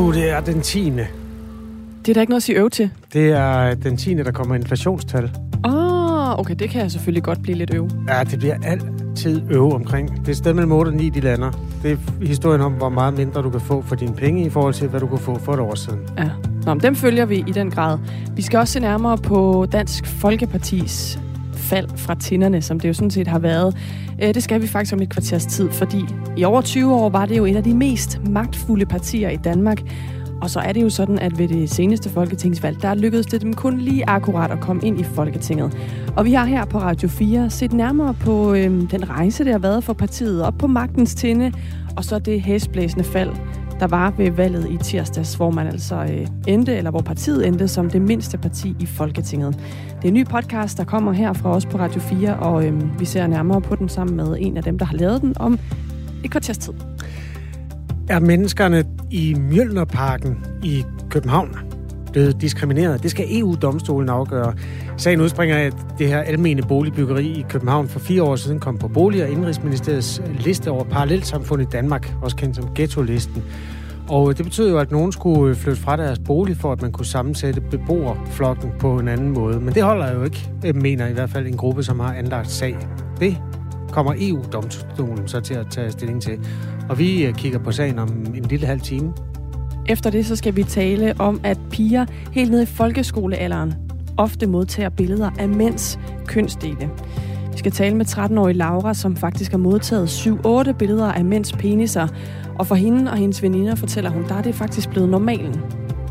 det er den 10. Det er der ikke noget at sige øv til. Det er den 10. der kommer inflationstal. Okay, det kan jeg selvfølgelig godt blive lidt øv. Ja, det bliver altid øv omkring. Det er stadig mellem 8 og 9, de lander. Det er historien om, hvor meget mindre du kan få for dine penge i forhold til, hvad du kunne få for et år siden. Ja, men dem følger vi i den grad. Vi skal også se nærmere på Dansk Folkepartis fald fra tinderne, som det jo sådan set har været. Det skal vi faktisk om et kvarters tid, fordi i over 20 år var det jo et af de mest magtfulde partier i Danmark. Og så er det jo sådan, at ved det seneste folketingsvalg, der lykkedes det dem kun lige akkurat at komme ind i Folketinget. Og vi har her på Radio 4 set nærmere på den rejse, der har været for partiet op på magtens tinde, og så det hæsblæsende fald, der var ved valget i tirsdags, hvor man altså endte, eller hvor partiet endte som det mindste parti i Folketinget. Det er en ny podcast, der kommer her fra os på Radio 4, og vi ser nærmere på den sammen med en af dem, der har lavet den om et kvarters tid. Er menneskerne i Mjølnerparken i København blevet diskrimineret? Det skal EU-domstolen afgøre. Sagen udspringer af, at det her almene boligbyggeri i København for 4 år siden kom på Bolig- og Indenrigsministeriets liste over parallelsamfund i Danmark, også kendt som ghetto-listen. Og det betyder jo, at nogen skulle flytte fra deres bolig, for at man kunne sammensætte beboerflokken på en anden måde. Men det holder jo ikke, mener i hvert fald en gruppe, som har anlagt sag. Det kommer EU-domstolen så til at tage stilling til. Og vi kigger på sagen om en lille halv time. Efter det så skal vi tale om, at piger helt ned i folkeskolealderen ofte modtager billeder af mænds kønsdele. Vi skal tale med 13-årige Laura, som faktisk har modtaget 7-8 billeder af mænds peniser. Og for hende og hendes veninder fortæller hun, der er det faktisk blevet normalen.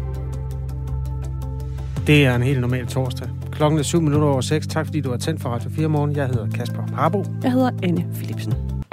Det er en helt normal torsdag. Klokken er 7:07. Tak fordi du har tændt for Radio 4 morgen. Jeg hedder Kasper Harbo. Jeg hedder Anne Philipsen.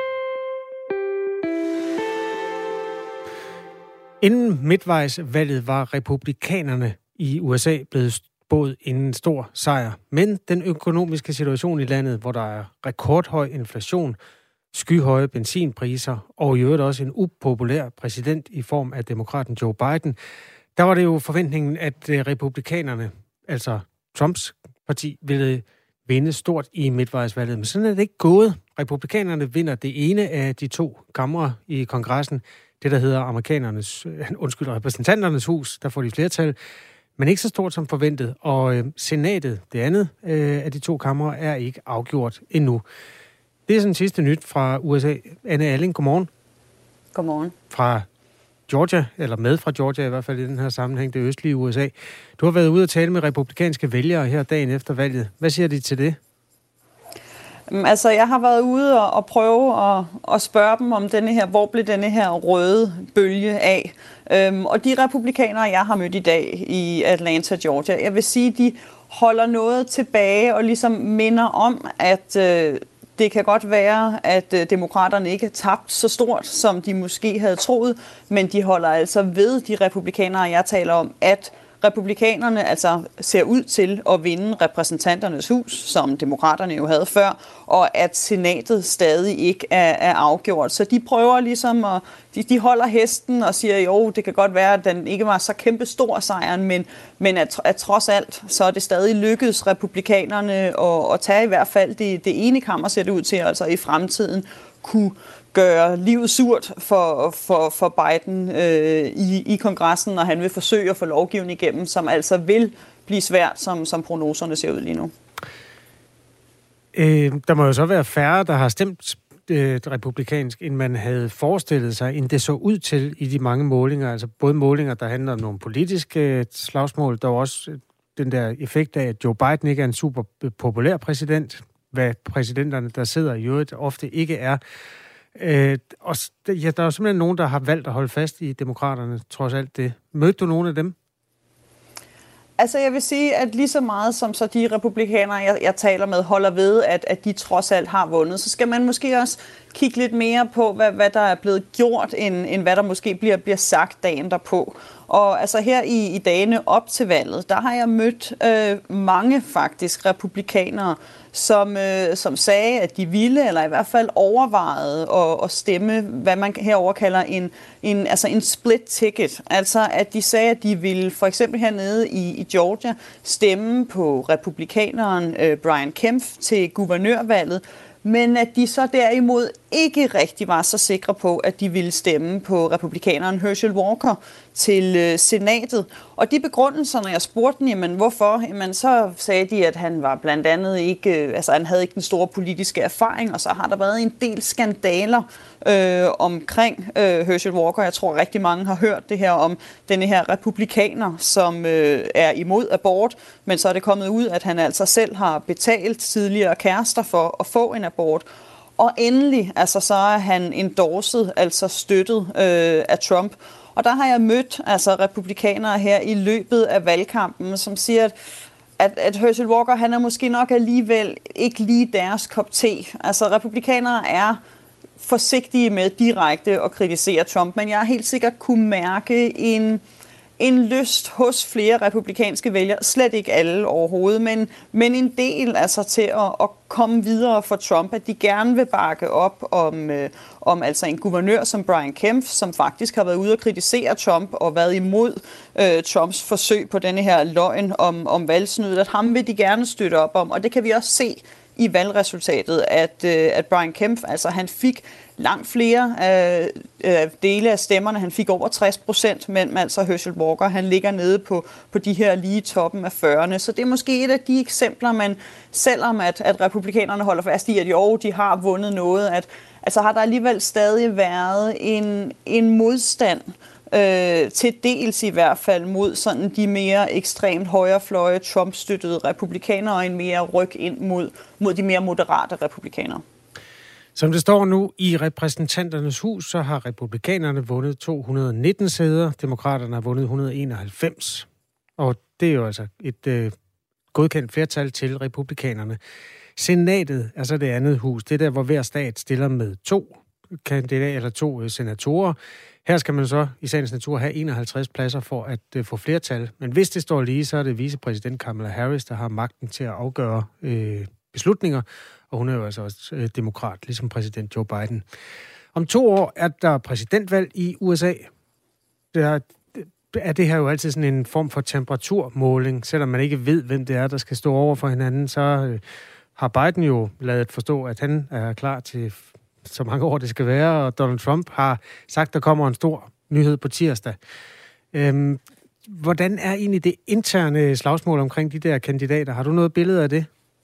Inden midtvejsvalget var republikanerne i USA blevet spået en stor sejr. Men den økonomiske situation i landet, hvor der er rekordhøj inflation, skyhøje benzinpriser og i øvrigt også en upopulær præsident i form af demokraten Joe Biden, der var det jo forventningen, at republikanerne, altså Trumps parti, ville vinde stort i midtvejsvalget. Men sådan er det ikke gået. Republikanerne vinder det ene af de 2 kamre i kongressen, det der hedder repræsentanternes hus, der får de flertal, men ikke så stort som forventet. Og senatet, det andet af de 2 kamre, er ikke afgjort endnu. Det er sådan sidste nyt fra USA. Anne Alling, godmorgen. Godmorgen. Fra Georgia, eller med fra Georgia i hvert fald i den her sammenhæng, det østlige USA. Du har været ude at tale med republikanske vælgere her dagen efter valget. Hvad siger de til det? Altså, jeg har været ude og prøve at spørge dem om hvor blev denne her røde bølge af. Og de republikanere, jeg har mødt i dag i Atlanta, Georgia, jeg vil sige, de holder noget tilbage og ligesom minder om, at det kan godt være, at demokraterne ikke er tabt så stort, som de måske havde troet, men de holder altså ved, de republikanere, jeg taler om, at republikanerne altså ser ud til at vinde repræsentanternes hus, som demokraterne jo havde før, og at senatet stadig ikke er afgjort. Så de prøver ligesom de holder hesten og siger, jo, det kan godt være, at den ikke var så kæmpe stor sejren, men at trods alt, så er det stadig lykkedes republikanerne at tage i hvert fald det ene kammer, ser det ud til, altså i fremtiden kunne gøre livet surt for Biden i kongressen, når han vil forsøge at få lovgivning igennem, som altså vil blive svært, som prognoserne ser ud lige nu. Der må jo så være færre, der har stemt republikansk, end man havde forestillet sig, end det så ud til i de mange målinger. Altså både målinger, der handler om nogle politiske slagsmål, der er også den der effekt af, at Joe Biden ikke er en super populær præsident, hvad præsidenterne, der sidder i øvrigt, ofte ikke er. Og ja, der er simpelthen nogen, der har valgt at holde fast i demokraterne, trods alt det. Mødte du nogen af dem? Altså, jeg vil sige, at lige så meget som så de republikanere, jeg taler med, holder ved, at de trods alt har vundet, så skal man måske også kigge lidt mere på, hvad der er blevet gjort, end hvad der måske bliver sagt dagen derpå. Og altså her i dagene op til valget, der har jeg mødt mange faktisk republikanere, som sagde, at de ville, eller i hvert fald overvejede at stemme, hvad man herover kalder en split ticket. Altså at de sagde, at de ville for eksempel hernede i Georgia stemme på republikaneren Brian Kemp til guvernørvalget, men at de så derimod ikke rigtig var så sikre på, at de ville stemme på republikaneren Herschel Walker til senatet. Og de begrundelser, når jeg spurgte dem, jamen hvorfor, jamen så sagde de, at han var blandt andet ikke, han havde ikke den store politiske erfaring, og så har der været en del skandaler omkring Herschel Walker. Jeg tror rigtig mange har hørt det her om denne her republikaner, som er imod abort, men så er det kommet ud, at han altså selv har betalt tidligere kærester for at få en abort. Og endelig, altså så er han endorset, altså støttet af Trump. Og der har jeg mødt republikanere her i løbet af valgkampen, som siger, at Herschel Walker, han er måske nok alligevel ikke lige deres kop te. Altså republikanere er forsigtige med direkte at kritisere Trump, men jeg har helt sikkert kunne mærke en lyst hos flere republikanske vælgere, slet ikke alle overhovedet, men en del altså til at komme videre for Trump, at de gerne vil bakke op om altså en guvernør som Brian Kemp, som faktisk har været ude og kritisere Trump og været imod Trumps forsøg på denne her løgn om valgsnyd, at ham vil de gerne støtte op om, og det kan vi også se i valgresultatet, at Brian Kemp, altså han fik langt flere dele af stemmerne. Han fik over 60%, men altså Herschel Walker, han ligger nede på de her lige toppen af 40'erne. Så det er måske et af de eksempler, man selvom at republikanerne holder fast i, at jo, de har vundet noget, at altså har der alligevel stadig været en modstand til dels i hvert fald mod sådan de mere ekstremt højrefløje Trump-støttede republikanere og en mere ryg ind mod de mere moderate republikanere. Som det står nu i repræsentanternes hus, så har republikanerne vundet 219 sæder, demokraterne har vundet 191. Og det er jo altså et godkendt flertal til republikanerne. Senatet, altså det andet hus, det er der, hvor hver stat stiller med to kandidater eller to senatorer. Her skal man så i sagens natur have 51 pladser for at få flertal. Men hvis det står lige, så er det vicepræsident Kamala Harris, der har magten til at afgøre beslutninger. Og hun er jo altså også demokrat, ligesom præsident Joe Biden. Om 2 år er der præsidentvalg i USA. Det her jo altid sådan en form for temperaturmåling. Selvom man ikke ved, hvem det er, der skal stå over for hinanden, så har Biden jo ladet forstå, at han er klar til så mange år det skal være, og Donald Trump har sagt, at der kommer en stor nyhed på tirsdag. Hvordan er egentlig det interne slagsmål omkring de der kandidater? Har du noget billede af det?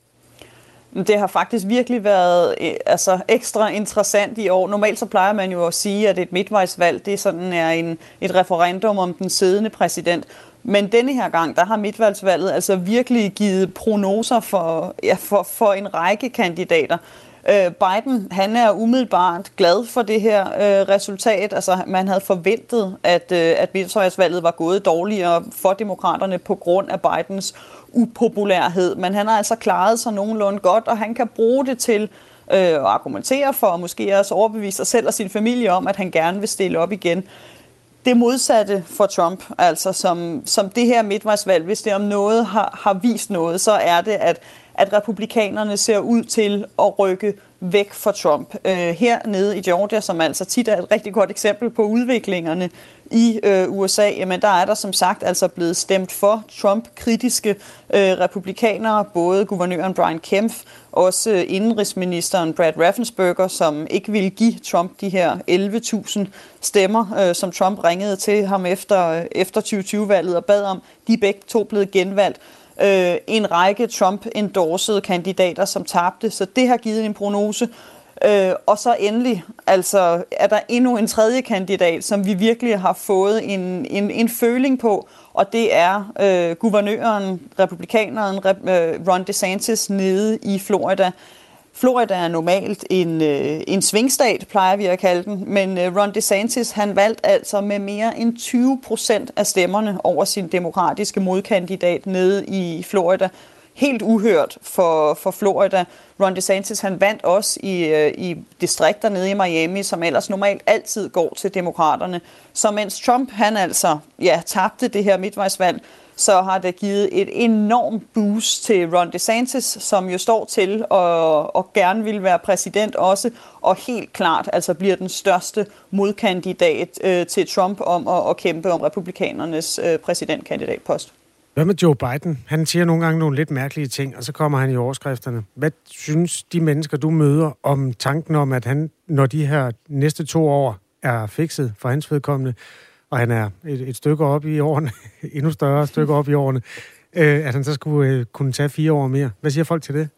Det har faktisk virkelig været ekstra interessant i år. Normalt så plejer man jo at sige, at et midtvejsvalg, det sådan er et referendum om den siddende præsident. Men denne her gang, der har midtvejsvalget altså virkelig givet prognoser for en række kandidater. Biden, han er umiddelbart glad for det her resultat. Altså, man havde forventet, at midtvejsvalget var gået dårligere for demokraterne på grund af Bidens upopulærhed. Men han har altså klaret sig nogenlunde godt, og han kan bruge det til at argumentere for, og måske også overbevise sig selv og sin familie om, at han gerne vil stille op igen. Det modsatte for Trump, altså som det her midtvejsvalg, hvis det om noget har vist noget, så er det, at republikanerne ser ud til at rykke væk fra Trump. Hernede i Georgia, som altså tit er et rigtig godt eksempel på udviklingerne i USA, jamen der er der som sagt altså blevet stemt for Trump-kritiske republikanere, både guvernøren Brian Kemp, også indenrigsministeren Brad Raffensperger, som ikke ville give Trump de her 11.000 stemmer, som Trump ringede til ham efter 2020-valget og bad om. De er begge to blevet genvalgt. En række Trump-endorsede kandidater, som tabte, så det har givet en prognose. Og så endelig altså, er der endnu en tredje kandidat, som vi virkelig har fået en føling på, og det er guvernøren, republikaneren Ron DeSantis nede i Florida. Florida er normalt en svingstat, plejer vi at kalde den, men Ron DeSantis, han valgte altså med mere end 20% af stemmerne over sin demokratiske modkandidat nede i Florida. Helt uhørt for Florida. Ron DeSantis, han vandt også i distrikter nede i Miami, som ellers normalt altid går til demokraterne. Så mens Trump, han altså tabte det her midtvejsvalg, så har det givet et enormt boost til Ron DeSantis, som jo står til og gerne vil være præsident også, og helt klart altså bliver den største modkandidat til Trump om at kæmpe om republikanernes præsidentkandidatpost. Hvad med Joe Biden? Han siger nogle gange nogle lidt mærkelige ting, og så kommer han i overskrifterne. Hvad synes de mennesker, du møder, om tanken om, at han, når de her næste 2 år er fikset for hans vedkommende, og han er et stykke op i årene, endnu større stykke op i årene, at han så skulle kunne tage 4 år mere? Hvad siger folk til det?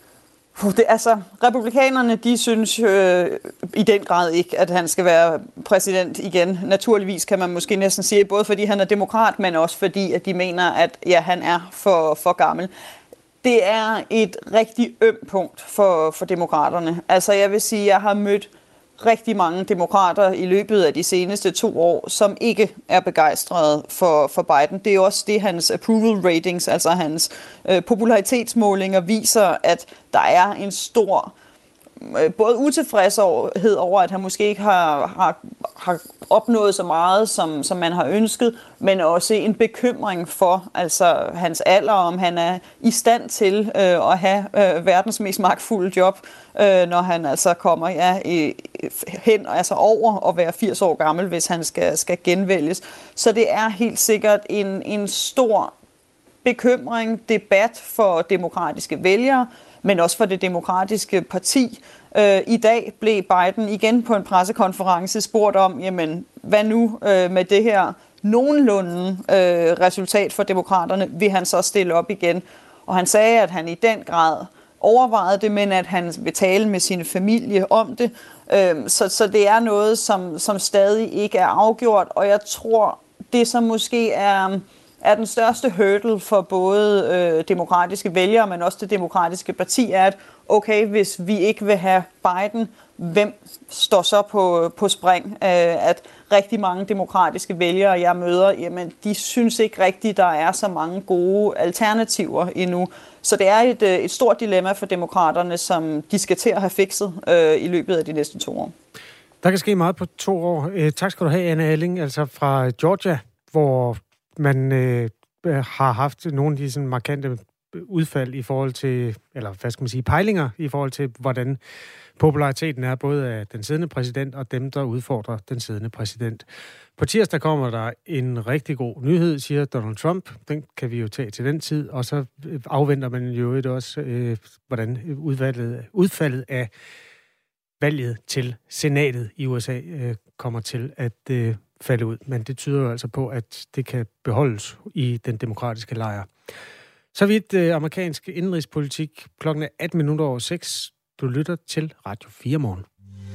Republikanerne, de synes i den grad ikke, at han skal være præsident igen. Naturligvis kan man måske næsten sige, både fordi han er demokrat, men også fordi, at de mener, at ja, han er for gammel. Det er et rigtig ømt punkt for demokraterne. Altså jeg vil sige, at jeg har mødt rigtig mange demokrater i løbet af de seneste 2 år, som ikke er begejstrede for Biden. Det er også det, hans approval ratings, altså hans popularitetsmålinger, viser, at der er en stor både utilfredshed over, at han måske ikke har opnået så meget, som man har ønsket, men også en bekymring for altså hans alder, om han er i stand til at have verdens mest magtfulde job, når han altså kommer hen altså over at være 80 år gammel, hvis han skal genvælges. Så det er helt sikkert en stor bekymring, debat for demokratiske vælgere, men også for det demokratiske parti. I dag blev Biden igen på en pressekonference spurgt om, jamen, hvad nu med det her nogenlunde resultat for demokraterne, vil han så stille op igen? Og han sagde, at han i den grad overvejede det, men at han vil tale med sin familie om det. Så det er noget, som stadig ikke er afgjort, og jeg tror, det som måske er den største hurdle for både demokratiske vælgere, men også det demokratiske parti, er, at okay, hvis vi ikke vil have Biden, hvem står så på spring? At rigtig mange demokratiske vælgere, jeg møder, jamen, de synes ikke rigtigt, der er så mange gode alternativer endnu. Så det er et stort dilemma for demokraterne, som de skal til at have fikset i løbet af de næste 2 år. Der kan ske meget på 2 år. Tak skal du have, Anne Alling, altså fra Georgia, hvor man har haft nogle af de sådan markante udfald i forhold til, eller hvad skal man sige, pejlinger i forhold til, hvordan populariteten er både af den siddende præsident og dem, der udfordrer den siddende præsident. På tirsdag kommer der en rigtig god nyhed, siger Donald Trump. Den kan vi jo tage til den tid, og så afventer man jo også, hvordan udfaldet af valget til senatet i USA kommer til at falde ud. Men det tyder jo altså på, at det kan beholdes i den demokratiske lejr. Så vidt amerikansk indenrigspolitik. Klokken er 6:18. Du lytter til Radio 4 morgen.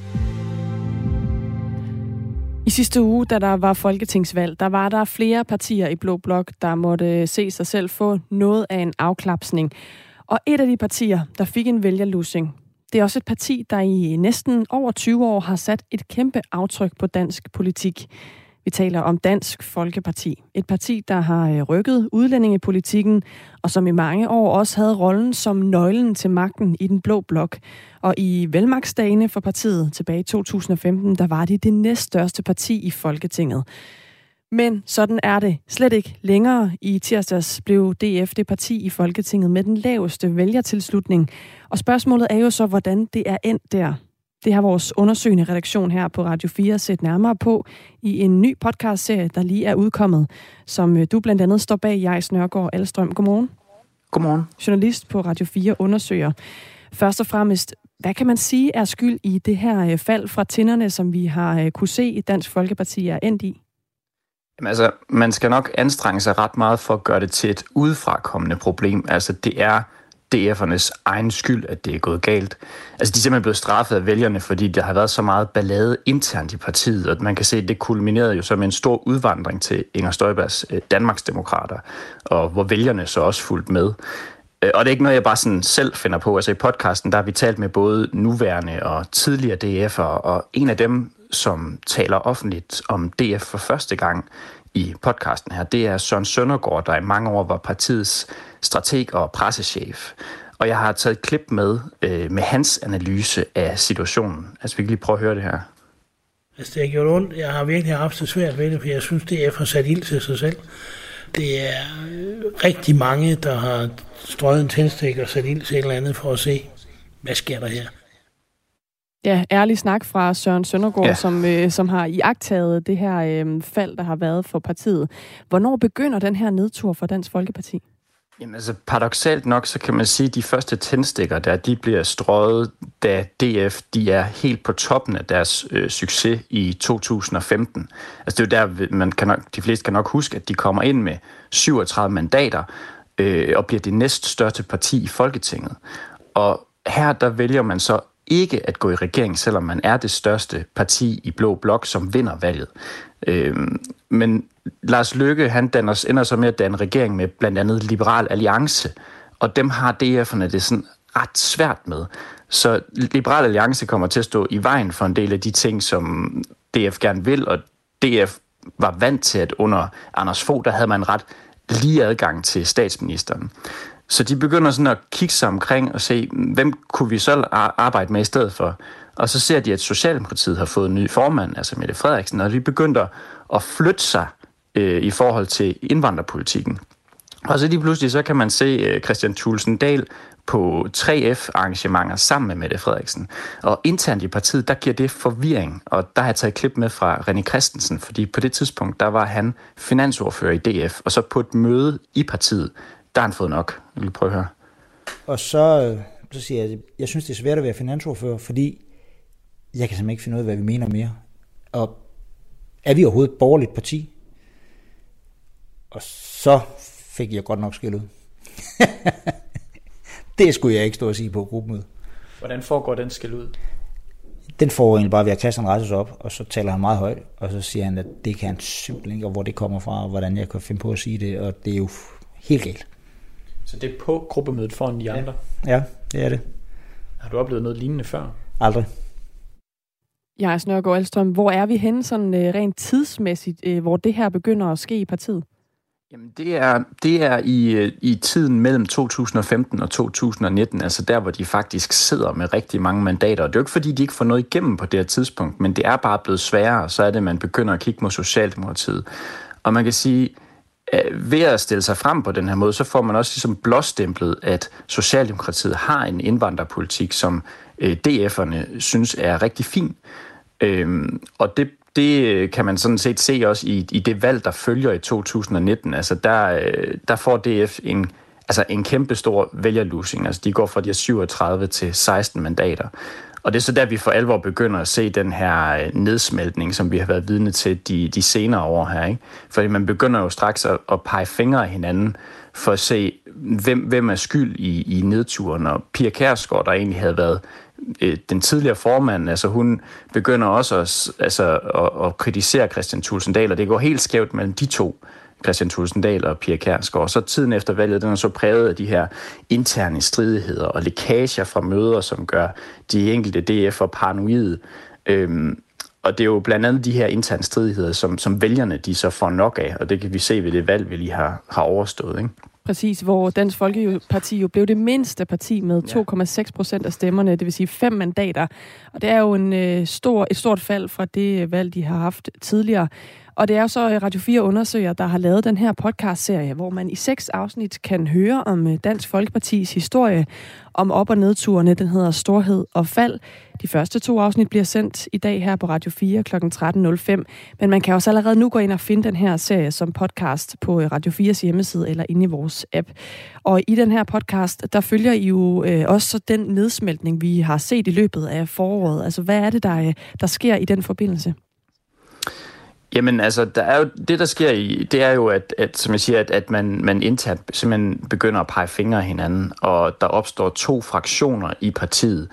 I sidste uge, da der var folketingsvalg, der var der flere partier i Blå Blok, der måtte se sig selv få noget af en afklapsning. Og et af de partier, der fik en vælgerlussing, det er også et parti, der i næsten over 20 år har sat et kæmpe aftryk på dansk politik. Vi taler om Dansk Folkeparti. Et parti, der har rykket udlændingepolitikken, og som i mange år også havde rollen som nøglen til magten i den blå blok. Og i velmagtsdagene for partiet tilbage i 2015, der var det næststørste parti i Folketinget. Men sådan er det slet ikke længere. I tirsdags blev DF det parti i Folketinget med den laveste vælgertilslutning. Og spørgsmålet er jo så, hvordan det er endt der. Det har vores undersøgende redaktion her på Radio 4 set nærmere på i en ny podcastserie, der lige er udkommet, som du blandt andet står bag, Jais Nørgaard Alstrøm. Godmorgen. Godmorgen. Journalist på Radio 4 undersøger. Først og fremmest, hvad kan man sige er skyld i det her fald fra tinderne, som vi har kunne se i Dansk Folkeparti er endt i? Jamen altså, man skal nok anstrenge sig ret meget for at gøre det til et udefrakommende problem. Altså, det er DF'ernes egen skyld, at det er gået galt. Altså, de er simpelthen blevet straffet af vælgerne, fordi der har været så meget ballade internt i partiet, og man kan se, at det kulminerede jo som en stor udvandring til Inger Støjbergs Danmarksdemokrater, og hvor vælgerne så også fulgte med. Og det er ikke noget, jeg bare sådan selv finder på. Altså i podcasten, der har vi talt med både nuværende og tidligere DF'er, og en af dem, som taler offentligt om DF for første gang i podcasten her, det er Søren Søndergaard, der i mange år var partiets strateg og pressechef. Og jeg har taget et klip med hans analyse af situationen. Altså vi kan lige prøve at høre det her. Altså det har gjort ondt. Jeg har virkelig haft det svært ved det, for jeg synes, DF har sat ild til sig selv. Det er rigtig mange, der har strøget en tændstik og sat ild til et eller andet for at se, hvad sker der her. Ja, ærlig snak fra Søren Søndergaard, som har iagttaget det her fald, der har været for partiet. Hvornår begynder den her nedtur for Dansk Folkeparti? Jamen altså, paradoksalt nok, så kan man sige, at de første tændstikker der, de bliver strøget, da DF, de er helt på toppen af deres succes i 2015. Altså det er jo der, de fleste kan nok huske, at de kommer ind med 37 mandater og bliver det næststørste parti i Folketinget. Og her, der vælger man så ikke at gå i regering, selvom man er det største parti i Blå Blok, som vinder valget. Men Lars Løkke, han ender så med at danne regering med blandt andet Liberal Alliance, og dem har DF'erne det sådan ret svært med. Så Liberal Alliance kommer til at stå i vejen for en del af de ting, som DF gerne vil, og DF var vant til, at under Anders Fogh, der havde man ret lige adgang til statsministeren. Så de begynder sådan at kigge sig omkring og se, hvem kunne vi så arbejde med i stedet for. Og så ser de, at Socialdemokratiet har fået en ny formand, altså Mette Frederiksen, og de begynder at flytte sig i forhold til indvandrerpolitikken. Og så lige pludselig, så kan man se Kristian Thulesen Dahl på 3F-arrangementer sammen med Mette Frederiksen. Og internt i partiet, der giver det forvirring, og der har jeg taget et klip med fra René Christensen, fordi på det tidspunkt, der var han finansordfører i DF, og så på et møde i partiet, der har han fået nok. Jeg vil prøve at høre. Og så siger jeg, jeg synes, det er svært at være finansordfører, fordi jeg kan simpelthen ikke finde ud af, hvad vi mener mere. Og er vi overhovedet et borgerligt parti? Og så fik jeg godt nok skæld ud. Det skulle jeg ikke stå og sige på gruppemøde. Hvordan foregår den skæld ud? Den får egentlig bare ved at Christian rejser sig op, og så taler han meget højt, og så siger han, at det kan han simpelthen ikke, og hvor det kommer fra, og hvordan jeg kan finde på at sige det, og det er jo helt galt. Så det er på gruppemødet foran de andre? Ja, det er det. Har du oplevet noget lignende før? Aldrig. Jais Nørgaard Alstrøm, hvor er vi henne sådan rent tidsmæssigt, hvor det her begynder at ske i partiet? Jamen det er i tiden mellem 2015 og 2019, altså der, hvor de faktisk sidder med rigtig mange mandater. Og det er jo ikke, fordi de ikke får noget igennem på det her tidspunkt, men det er bare blevet sværere, og så er det, at man begynder at kigge mod Socialdemokratiet. Og man kan sige, ved at stille sig frem på den her måde, så får man også ligesom blåstemplet, at Socialdemokratiet har en indvandrerpolitik, som DF'erne synes er rigtig fin. Og det kan man sådan set se også i det valg, der følger i 2019. Altså der får DF en kæmpe stor vælgerlosing. Altså de går fra de 37 til 16 mandater. Og det er så der, vi for alvor begynder at se den her nedsmeltning, som vi har været vidne til de senere år her. Ikke? Fordi man begynder jo straks at pege fingre af hinanden for at se, hvem er skyld i nedturen. Og Pia Kjærsgaard, der egentlig havde været den tidligere formand, altså hun begynder også at kritisere Kristian Thulesen Dahl, og det går helt skævt mellem de to, Kristian Thulesen Dahl og Pia Kjærsgaard. Så tiden efter valget, den er så præget af de her interne stridigheder og lækager fra møder, som gør de enkelte DF'er paranoide. Og det er jo blandt andet de her interne stridigheder, som vælgerne de så får nok af, og det kan vi se ved det valg, vi lige har overstået, ikke? Præcis, hvor Dansk Folkeparti jo blev det mindste parti med 2,6% af stemmerne, det vil sige 5 mandater. Og det er jo et stort fald fra det valg, de har haft tidligere. Og det er jo så Radio 4 undersøger, der har lavet den her podcastserie, hvor man i 6 afsnit kan høre om Dansk Folkepartis historie, om op- og nedturene. Den hedder Storhed og Fald. De første 2 afsnit bliver sendt i dag her på Radio 4 kl. 13.05. Men man kan også allerede nu gå ind og finde den her serie som podcast på Radio 4's hjemmeside eller inde i vores app. Og i den her podcast, der følger I jo også den nedsmeltning, vi har set i løbet af foråret. Altså, hvad er det, der sker i den forbindelse? Jamen altså, der er jo, det der sker det er jo, at som jeg siger, at man internt simpelthen begynder at pege fingre af hinanden, og der opstår 2 fraktioner i partiet.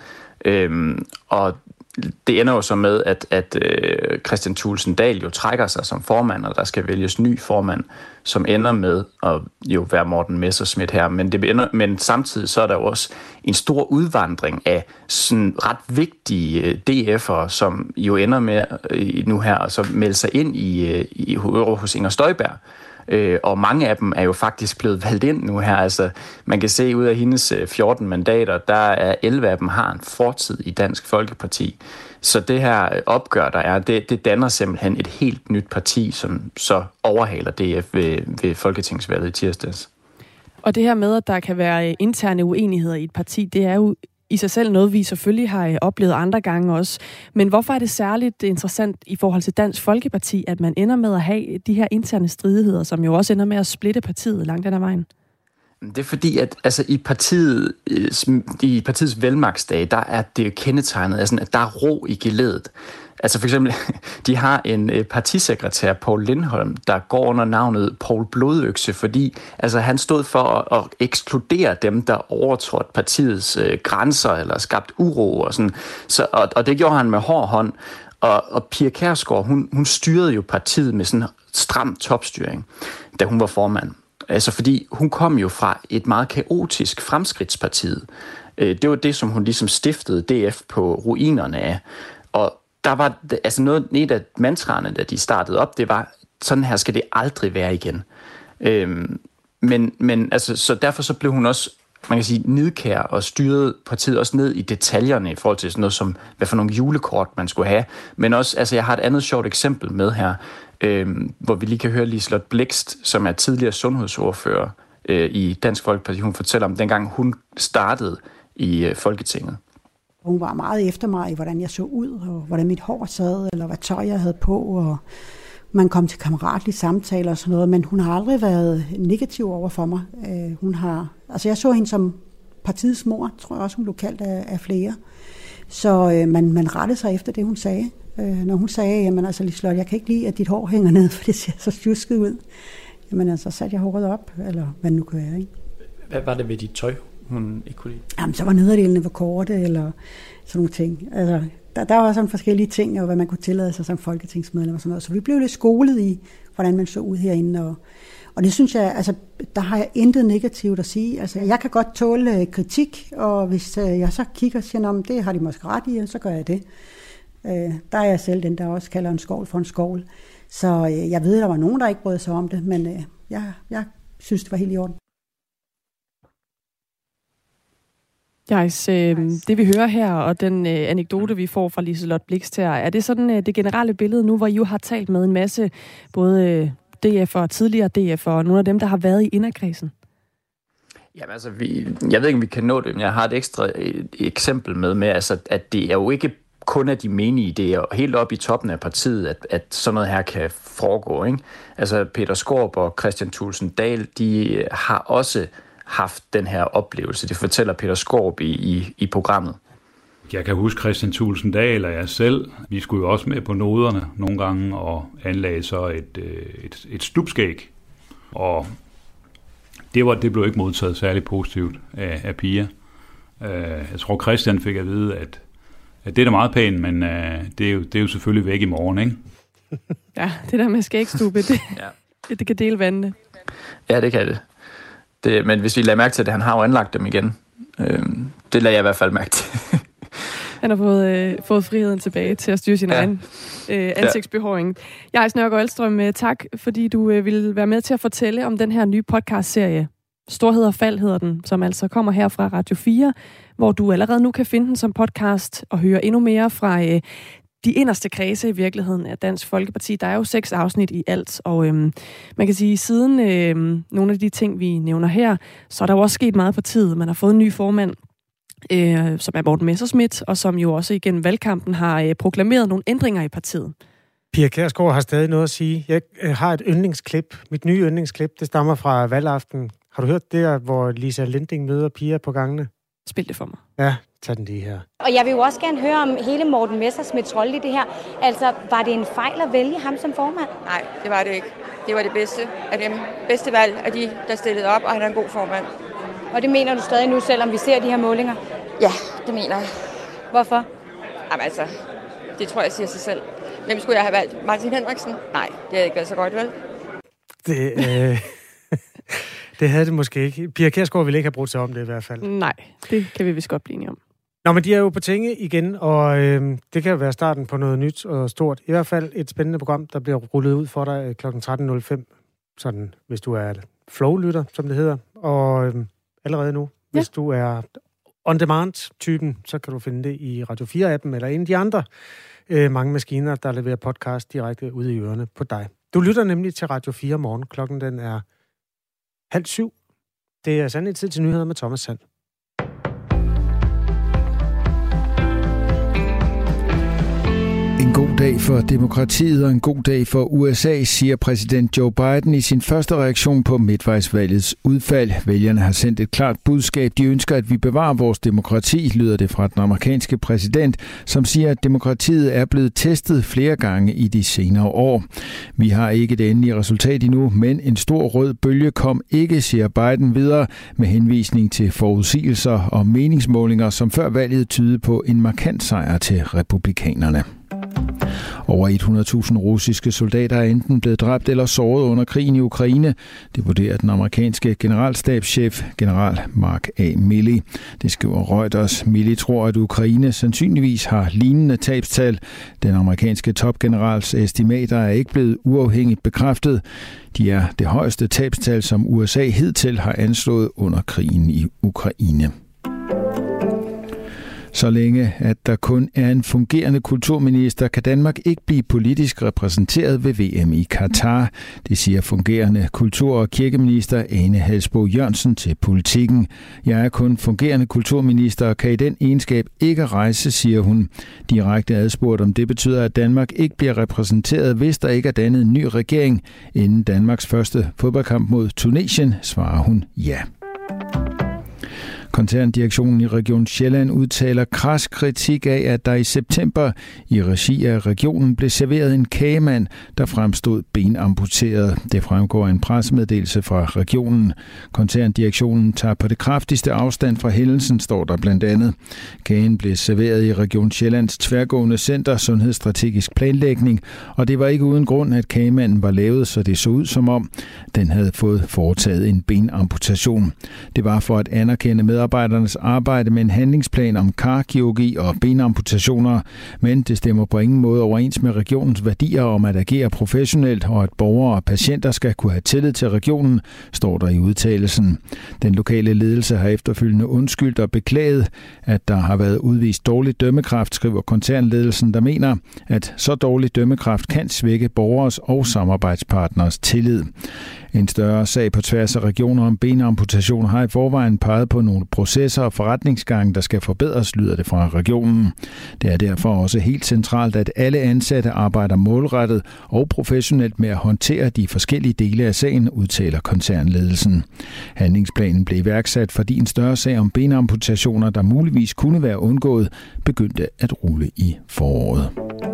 Og det ender jo så med, at Kristian Thulesen Dahl jo trækker sig som formand, og der skal vælges ny formand, som ender med at jo være Morten Messerschmidt her. Men samtidig så er der jo også en stor udvandring af sådan ret vigtige DF'ere, som jo ender med nu her at så melde sig ind hos Inger Støjberg. Og mange af dem er jo faktisk blevet valgt ind nu her. Altså, man kan se ud af hendes 14 mandater, der er 11 af dem har en fortid i Dansk Folkeparti. Så det her opgør, der er, det danner simpelthen et helt nyt parti, som så overhaler DF ved folketingsvalget i tirsdags. Og det her med, at der kan være interne uenigheder i et parti, det er jo i sig selv noget, vi selvfølgelig har oplevet andre gange også. Men hvorfor er det særligt interessant i forhold til Dansk Folkeparti, at man ender med at have de her interne stridigheder, som jo også ender med at splitte partiet langt den ad vejen? Det er fordi, at altså, i partiets velmagtsdage, der er det kendetegnet, altså, at der er ro i geleddet. Altså for eksempel, de har en partisekretær, Poul Lindholm, der går under navnet Poul Blodøkse, fordi altså, han stod for at ekskludere dem, der overtrådte partiets grænser eller skabt uro og sådan. Og det gjorde han med hård hånd. Og Pia Kjærsgaard, hun styrede jo partiet med sådan en stram topstyring, da hun var formand. Altså fordi hun kom jo fra et meget kaotisk Fremskridtspartiet. Det var det, som hun ligesom stiftede DF på ruinerne af. Og der var altså et af mantraerne, da de startede op, det var, sådan her skal det aldrig være igen. Men altså, så derfor så blev hun også, man kan sige, nidkær og styrede partiet også ned i detaljerne i forhold til sådan noget som, hvad for nogle julekort man skulle have. Men også, altså jeg har et andet sjovt eksempel med her, hvor vi lige kan høre Liselott Blixt, som er tidligere sundhedsordfører i Dansk Folkeparti. Hun fortæller om dengang hun startede i Folketinget. Hun var meget efter mig i, hvordan jeg så ud, og hvordan mit hår sad, eller hvad tøj jeg havde på, og man kom til kammeratlige samtaler og sådan noget, men hun har aldrig været negativ over for mig. Jeg så hende som partiets mor, tror jeg også, hun blev kaldt af flere. Så man rettede sig efter det, hun sagde. Når hun sagde, jamen altså Liselott, jeg kan ikke lide, at dit hår hænger ned, for det ser så stjusket ud. Jamen altså, satte jeg håret op, eller hvad det nu kan være, ikke? Hvad var det ved dit tøj, hun ikke kunne lide? Jamen, så var nederdelene for korte, eller sådan nogle ting. Altså, der var sådan forskellige ting, og hvad man kunne tillade sig som folketingsmedlem og sådan noget. Så vi blev lidt skolet i, hvordan man så ud herinde, og det synes jeg, altså, der har jeg intet negativt at sige. Altså, jeg kan godt tåle kritik, og hvis jeg så kigger og siger, det har de måske ret i, så gør jeg det. Der er jeg selv den, der også kalder en skovl for en skovl. Så jeg ved, der var nogen, der ikke brød sig om det, men jeg synes, det var helt i orden. Det vi hører her, og den anekdote, vi får fra Liselott Blixt her, er det sådan det generelle billede nu, hvor I jo har talt med en masse, både DF'er og tidligere DF'er, og nogle af dem, der har været i inderkredsen? Jamen altså, jeg ved ikke, om vi kan nå det, men jeg har et ekstra eksempel med altså, at det er jo ikke kun af de menige idéer, helt op i toppen af partiet, at sådan noget her kan foregå, ikke? Altså, Peter Skaarup og Kristian Thulesen Dahl, de har også haft den her oplevelse. Det fortæller Peter Skaarup i programmet. Jeg kan huske Kristian Thulesen Dahl og jeg selv. Vi skulle jo også med på noderne nogle gange og anlagde så et stupskæg. Og det blev ikke modtaget særlig positivt af Pia. Jeg tror, Kristian fik at vide, at det er da meget pænt, men det er jo selvfølgelig væk i morgen, ikke? Ja, det der med skægstube, det kan dele vandene. Ja, det kan det. Men hvis vi lader mærke til det, han har jo anlagt dem igen. Det lader jeg i hvert fald mærke til. Han har fået friheden tilbage til at styre sin egen ansigtsbehåring. Jais Nørgaard Alstrøm, tak, fordi du ville være med til at fortælle om den her nye podcastserie. Storhed og fald hedder den, som altså kommer her fra Radio 4, hvor du allerede nu kan finde den som podcast og høre endnu mere fra de inderste kredse i virkeligheden af Dansk Folkeparti. Der er jo 6 afsnit i alt, og man kan sige, siden nogle af de ting, vi nævner her, så er der jo også sket meget på tid. Man har fået en ny formand, som er Morten Messerschmidt, og som jo også igennem valgkampen har proklameret nogle ændringer i partiet. Pia Kjærsgaard har stadig noget at sige. Jeg har et yndlingsklip. Mit nye yndlingsklip, det stammer fra valgaften. Har du hørt det, hvor Lisa Linding møder Pia på gangene? Spil det for mig. Ja, tag den lige her. Og jeg vil jo også gerne høre om hele Morten Messerschmidts rolle i det her. Altså, var det en fejl at vælge ham som formand? Nej, det var det ikke. Det var det bedste af dem. Bedste valg af de, der stillede op, og han er en god formand. Og det mener du stadig nu, selvom vi ser de her målinger? Ja, det mener jeg. Hvorfor? Jamen altså, det tror jeg siger sig selv. Hvem skulle jeg have valgt? Martin Henriksen? Nej, det havde ikke været så godt, vel? Det havde det måske ikke. Pia Kjærsgaard ville ikke have brugt sig om det i hvert fald. Nej, det kan vi vist godt blive enige om. Nå, men de er jo på tinge igen, og det kan jo være starten på noget nyt og stort. I hvert fald et spændende program, der bliver rullet ud for dig kl. 13.05. Sådan, hvis du er flow-lytter, som det hedder. Og allerede nu, hvis du er on-demand-typen, så kan du finde det i Radio 4-appen eller en af de andre mange maskiner, der leverer podcast direkte ud i ørerne på dig. Du lytter nemlig til Radio 4 morgen. Klokken den er 6:30. Det er sandelig tid til nyheder med Thomas Sand. En god dag for demokratiet og en god dag for USA, siger præsident Joe Biden i sin første reaktion på midtvejsvalgets udfald. Vælgerne har sendt et klart budskab. De ønsker, at vi bevarer vores demokrati, lyder det fra den amerikanske præsident, som siger, at demokratiet er blevet testet flere gange i de senere år. Vi har ikke det endelige resultat endnu, men en stor rød bølge kom ikke, siger Biden videre, med henvisning til forudsigelser og meningsmålinger, som før valget tydede på en markant sejr til republikanerne. Over 100.000 russiske soldater er enten blevet dræbt eller såret under krigen i Ukraine. Det vurderer den amerikanske generalstabschef, general Mark A. Milley. Det skriver Reuters. Milley tror, at Ukraine sandsynligvis har lignende tabstal. Den amerikanske topgenerals estimater er ikke blevet uafhængigt bekræftet. De er det højeste tabstal, som USA hidtil har anslået under krigen i Ukraine. Så længe, at der kun er en fungerende kulturminister, kan Danmark ikke blive politisk repræsenteret ved VM i Katar. Det siger fungerende kultur- og kirkeminister Ane Halsboe Jørgensen til Politikken. Jeg er kun fungerende kulturminister og kan i den egenskab ikke rejse, siger hun. Direkte adspurgt om det betyder, at Danmark ikke bliver repræsenteret, hvis der ikke er dannet en ny regering. Inden Danmarks første fodboldkamp mod Tunesien, svarer hun ja. Koncerndirektionen i Region Sjælland udtaler kras kritik af, at der i september i regi af regionen blev serveret en kagemand, der fremstod benamputeret. Det fremgår af en pressemeddelelse fra regionen. Koncerndirektionen tager på det kraftigste afstand fra hændelsen, står der blandt andet. Kagen blev serveret i Region Sjællands tværgående center Sundhedsstrategisk Planlægning, og det var ikke uden grund, at kagemanden var lavet, så det så ud som om, den havde fået foretaget en benamputation. Det var for at anerkende medarbejdernes arbejde med en handlingsplan om karkirurgi og benamputationer, men det stemmer på ingen måde overens med regionens værdier om at agere professionelt, og at borgere og patienter skal kunne have tillid til regionen, står der i udtalelsen. Den lokale ledelse har efterfølgende undskyldt og beklaget, at der har været udvist dårlig dømmekraft, skriver koncernledelsen, der mener, at så dårlig dømmekraft kan svække borgers og samarbejdspartners tillid. En større sag på tværs af regioner om benamputation har i forvejen peget på nogle processer og forretningsgange, der skal forbedres, lyder det fra regionen. Det er derfor også helt centralt, at alle ansatte arbejder målrettet og professionelt med at håndtere de forskellige dele af sagen, udtaler koncernledelsen. Handlingsplanen blev iværksat, fordi en større sag om benamputationer, der muligvis kunne være undgået, begyndte at rulle i foråret.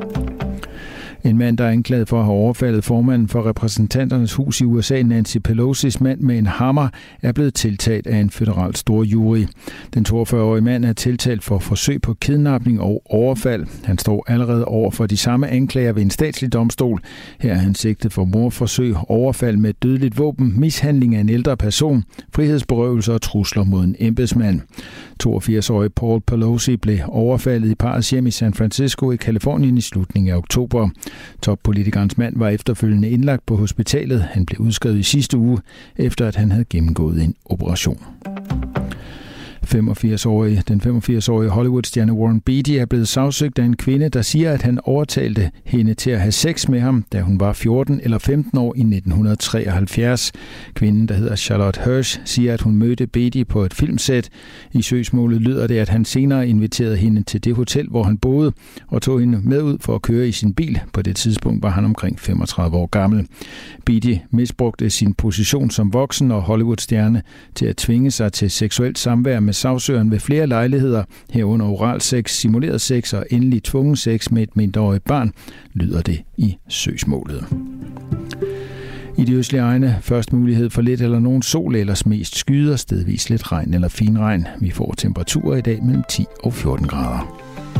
En mand, der er anklaget for at have overfaldet formanden for repræsentanternes hus i USA, Nancy Pelosi's mand med en hammer, er blevet tiltalt af en føderal storjury. Den 42-årige mand er tiltalt for forsøg på kidnapning og overfald. Han står allerede over for de samme anklager ved en statslig domstol. Her er han sigtet for mordforsøg, overfald med dødeligt våben, mishandling af en ældre person, frihedsberøvelse og trusler mod en embedsmand. 82-årige Paul Pelosi blev overfaldet i parrets hjem i San Francisco i Californien i slutningen af oktober. Toppolitikernes mand var efterfølgende indlagt på hospitalet. Han blev udskrevet i sidste uge, efter at han havde gennemgået en operation. Den 85-årige Hollywood-stjerne Warren Beatty er blevet sagsøgt af en kvinde, der siger, at han overtalte hende til at have sex med ham, da hun var 14 eller 15 år i 1973. Kvinden, der hedder Charlotte Hirsch, siger, at hun mødte Beatty på et filmsæt. I søgsmålet lyder det, at han senere inviterede hende til det hotel, hvor han boede, og tog hende med ud for at køre i sin bil. På det tidspunkt var han omkring 35 år gammel. Beatty misbrugte sin position som voksen og Hollywood-stjerne til at tvinge sig til seksuelt samvær med sagsøgeren ved flere lejligheder, herunder oral sex, simuleret sex og endelig tvungen sex med et mindreårigt barn, lyder det i søgsmålet. I de østlige egne først mulighed for lidt eller nogen sol, ellers mest skyder, stedvis lidt regn eller finregn. Vi får temperaturer i dag mellem 10 og 14 grader.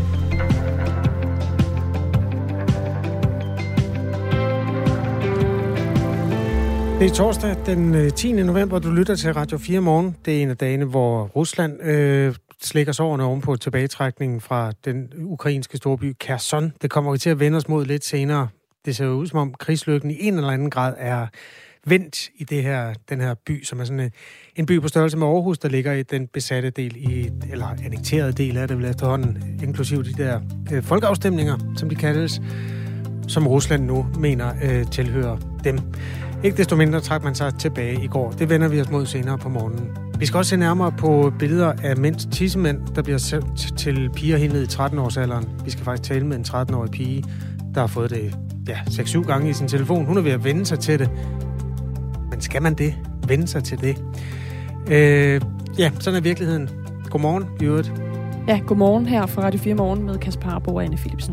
Det er torsdag den 10. november, du lytter til Radio 4 morgen. Det er en af dagene, hvor Rusland slækker sårene oven på tilbagetrækningen fra den ukrainske storby Kherson. Det kommer vi til at vende os mod lidt senere. Det ser ud som om krigslykken i en eller anden grad er vendt i den her by, som er sådan en by på størrelse med Aarhus, der ligger i den besatte del, eller annekterede del af det vel efterhånden, inklusive de der folkeafstemninger, som de kaldes, som Rusland nu mener tilhører dem. Ikke desto mindre trak man sig tilbage i går. Det vender vi os mod senere på morgenen. Vi skal også se nærmere på billeder af mænds tissemænd, der bliver sendt til piger helt ned i 13-årsalderen. Vi skal faktisk tale med en 13-årig pige, der har fået det 6-7 gange i sin telefon. Hun er ved at vende sig til det. Men skal man det? Vende sig til det? Sådan er virkeligheden. Godmorgen, i øvrigt. Ja, godmorgen her fra Radio 4 Morgen med Kasper Harbo og Anne Philipsen.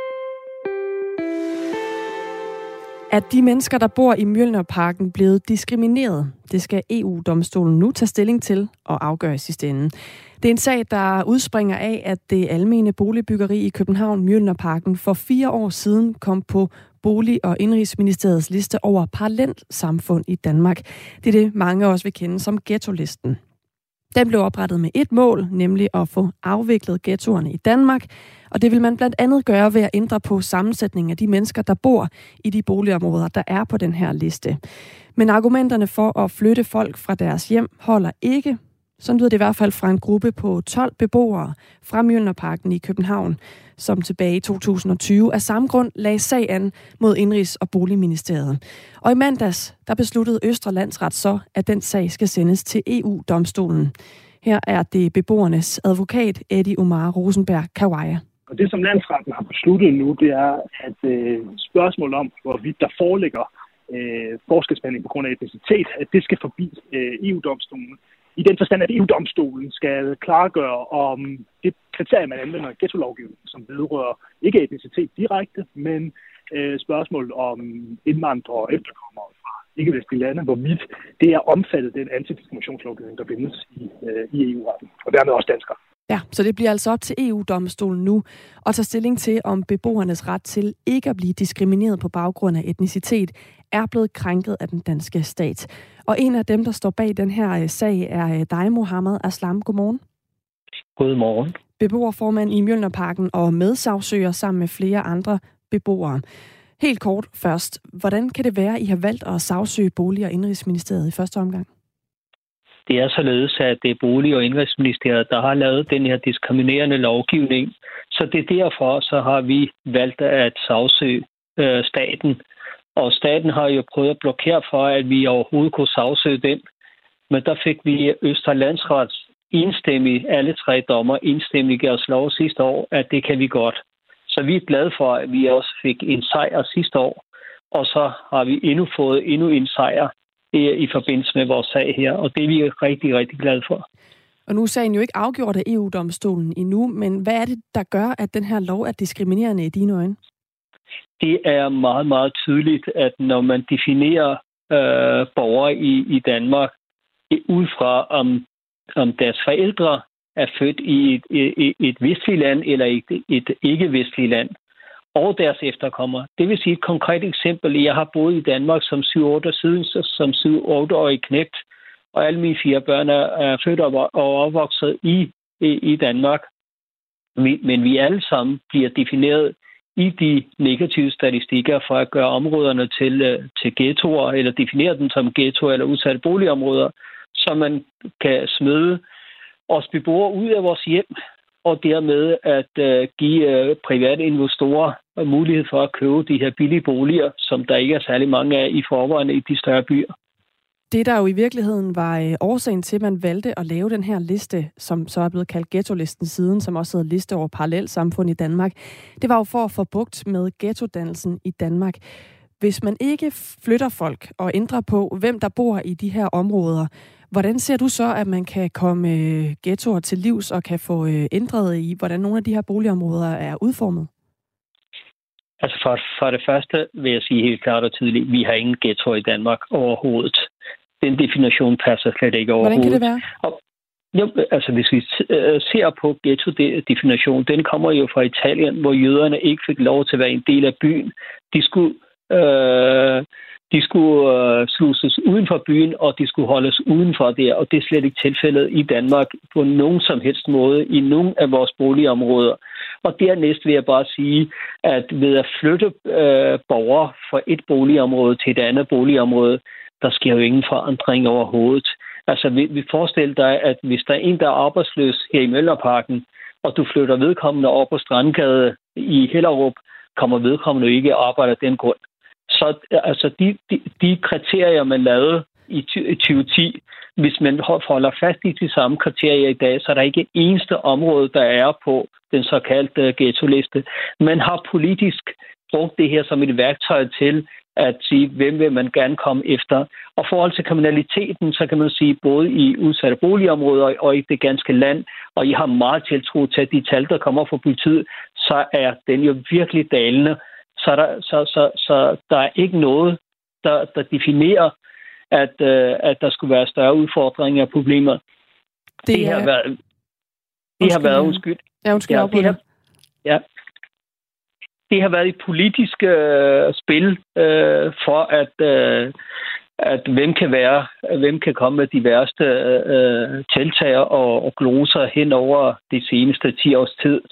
Er de mennesker, der bor i Mjølnerparken, blevet diskrimineret? Det skal EU-domstolen nu tage stilling til og afgøre i sidste ende. Det er en sag, der udspringer af, at det almene boligbyggeri i København, Mjølnerparken, for 4 år siden kom på Bolig- og Indenrigsministeriets liste over parallelsamfund i Danmark. Det er det, mange også vil kende som ghettolisten. Den blev oprettet med et mål, nemlig at få afviklet ghettoerne i Danmark, og det vil man blandt andet gøre ved at ændre på sammensætningen af de mennesker, der bor i de boligområder, der er på den her liste. Men argumenterne for at flytte folk fra deres hjem holder ikke. Sådan lyder det i hvert fald fra en gruppe på 12 beboere fra Mjølnerparken i København, som tilbage i 2020 af samme grund lagde sag an mod Indenrigs- og Boligministeriet. Og i mandags, der besluttede Østre Landsret så, at den sag skal sendes til EU-domstolen. Her er det beboernes advokat, Eddie Omar Rosenberg Kawaya. Og det, som landsretten har besluttet nu, det er, at spørgsmål om, hvorvidt der foreligger forskelsbehandling på grund af etnicitet, at det skal forbi EU-domstolen. I den forstand, at EU-domstolen skal klargøre om det kriterie, man anvender i ghetto-lovgivningen, som vedrører ikke etnicitet direkte, men spørgsmål om indvandrere og efterkommere fra ikke-vestlige lande, hvorvidt det er omfattet den antidiskriminationslovgivning, der findes i EU-retten, og dermed også danskere. Ja, så det bliver altså op til EU-domstolen nu at tage stilling til, om beboernes ret til ikke at blive diskrimineret på baggrund af etnicitet er blevet krænket af den danske stat. Og en af dem, der står bag den her sag, er dig, Mohammed Aslam. Godmorgen. Godmorgen. Beboerformand i Mjølnerparken og medsagsøger sammen med flere andre beboere. Helt kort først, hvordan kan det være, at I har valgt at sagsøge Bolig- og Indenrigsministeriet i første omgang? Det er således, at det er Bolig- og Indenrigsministeriet, der har lavet den her diskriminerende lovgivning. Så det er derfor, så har vi valgt at sagsøge staten. Og staten har jo prøvet at blokere for, at vi overhovedet kunne sagsøge den. Men der fik vi Østre Landsrets enstemmigt, alle 3 dommer enstemmigt gav os lov sidste år, at det kan vi godt. Så vi er glade for, at vi også fik en sejr sidste år. Og så har vi fået endnu en sejr i forbindelse med vores sag her, og det er vi rigtig, rigtig glade for. Og nu er sagen jo ikke afgjort af EU-domstolen endnu, men hvad er det, der gør, at den her lov er diskriminerende i dine øjne? Det er meget, meget tydeligt, at når man definerer borgere i Danmark ud fra, om deres forældre er født i et vestligt land eller et ikke-vestligt land, og deres efterkommere. Det vil sige et konkret eksempel. Jeg har boet i Danmark som 7-8-årig knægt, og alle mine 4 børn er født og opvokset i Danmark. Men vi alle sammen bliver defineret i de negative statistikker for at gøre områderne til ghettoer, eller definere dem som ghettoer eller udsatte boligområder, så man kan smide os beboere ud af vores hjem, og dermed at give private investorer mulighed for at købe de her billige boliger, som der ikke er særlig mange af i forvejen i de større byer. Det, der jo i virkeligheden var årsagen til, at man valgte at lave den her liste, som så er blevet kaldt ghettolisten siden, som også hedder liste over parallelsamfund i Danmark, det var jo for at få bugt med ghettodannelsen i Danmark. Hvis man ikke flytter folk og ændrer på, hvem der bor i de her områder, hvordan ser du så, at man kan komme ghettoer til livs og kan få ændret i, hvordan nogle af de her boligområder er udformet? Altså for det første vil jeg sige helt klart og tydeligt, vi har ingen ghettoer i Danmark overhovedet. Den definition passer slet ikke overhovedet. Hvordan kan det være? Altså hvis vi ser på ghetto-definition, den kommer jo fra Italien, hvor jøderne ikke fik lov til at være en del af byen. De skulle sluses uden for byen, og de skulle holdes udenfor der, og det er slet ikke tilfældet i Danmark på nogen som helst måde i nogen af vores boligområder. Og dernæst vil jeg bare sige, at ved at flytte borgere fra et boligområde til et andet boligområde, der sker jo ingen forandring overhovedet. Altså, vi forestiller dig, at hvis der er en, der er arbejdsløs her i Mjølnerparken, og du flytter vedkommende over på Strandgade i Hellerup, kommer vedkommende ikke at arbejde af den grund. Så altså, de kriterier, man lavede i 2010. Hvis man holder fast i de samme kriterier i dag, så er der ikke et eneste område, der er på den såkaldte ghetto-liste. Man har politisk brugt det her som et værktøj til at sige, hvem vil man gerne komme efter. Og forhold til kriminaliteten, så kan man sige, både i udsatte boligområder og i det ganske land, og I har meget tiltro til, at de tal, der kommer fra politiet, så er den jo virkelig dalende. Så der er ikke noget, der definerer, at der skulle være større udfordringer og problemer. Det har været undskyld. Det har været et politisk spil for at hvem kan komme med de værste tiltag og gloser hen over de seneste 10 års tid.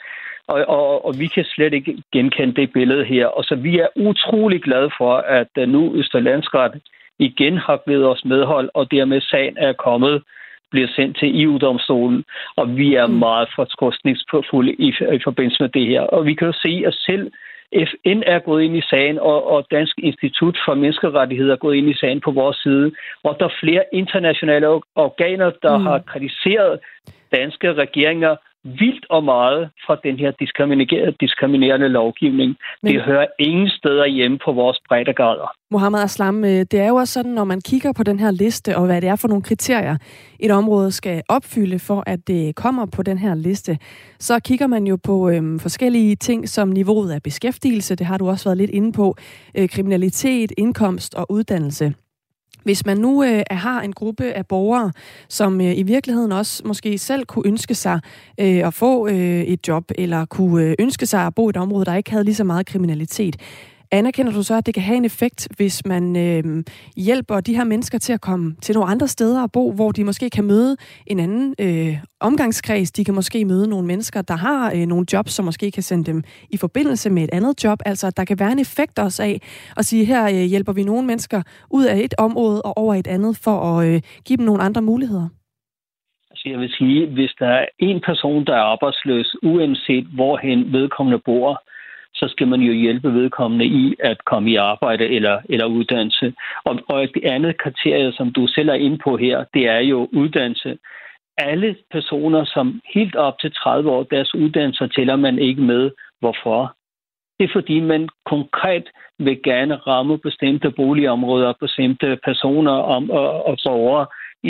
Og vi kan slet ikke genkende det billede her. Og så vi er utrolig glade for, at nu Østre Landsret igen har givet os medhold, og dermed sagen er bliver sendt til EU-domstolen, og vi er meget fortrøstningsfulde i forbindelse med det her. Og vi kan jo se, at selv FN er gået ind i sagen, og Dansk Institut for Menneskerettigheder er gået ind i sagen på vores side, og der er flere internationale organer, der har kritiseret danske regeringer vildt og meget fra den her diskriminerende lovgivning. Det hører ingen steder hjemme på vores breddegrader. Mohammed Aslam, det er jo også sådan, når man kigger på den her liste, og hvad det er for nogle kriterier, et område skal opfylde for, at det kommer på den her liste, så kigger man jo på forskellige ting som niveauet af beskæftigelse, det har du også været lidt inde på, kriminalitet, indkomst og uddannelse. Hvis man nu har en gruppe af borgere, som i virkeligheden også måske selv kunne ønske sig at få et job, eller kunne ønske sig at bo i et område, der ikke havde lige så meget kriminalitet, anerkender du så, at det kan have en effekt, hvis man hjælper de her mennesker til at komme til nogle andre steder at bo, hvor de måske kan møde en anden omgangskreds, de kan måske møde nogle mennesker, der har nogle jobs, som måske kan sende dem i forbindelse med et andet job, altså at der kan være en effekt også af at sige, her hjælper vi nogle mennesker ud af et område og over et andet, for at give dem nogle andre muligheder? Altså jeg vil sige, hvis der er en person, der er arbejdsløs, uanset hvorhen vedkommende bor, så skal man jo hjælpe vedkommende i at komme i arbejde eller uddannelse. Og det andet kriterie, som du selv er inde på her, det er jo uddannelse. Alle personer, som helt op til 30 år, deres uddannelser tæller man ikke med. Hvorfor? Det er fordi, man konkret vil gerne ramme bestemte boligområder, bestemte personer og borgere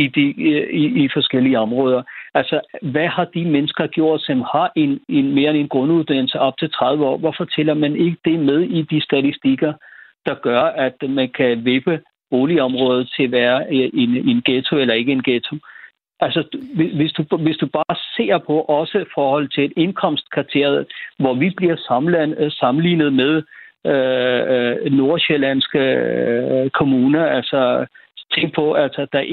i forskellige områder. Altså, hvad har de mennesker gjort, som har en mere end en grunduddannelse op til 30 år? Hvorfor tæller man ikke det med i de statistikker, der gør, at man kan vippe boligområdet til at være en ghetto eller ikke en ghetto? Altså, hvis du bare ser på også forhold til et indkomstkriteriet, hvor vi bliver sammenlignet med nordsjællandske kommuner, altså tænk på, at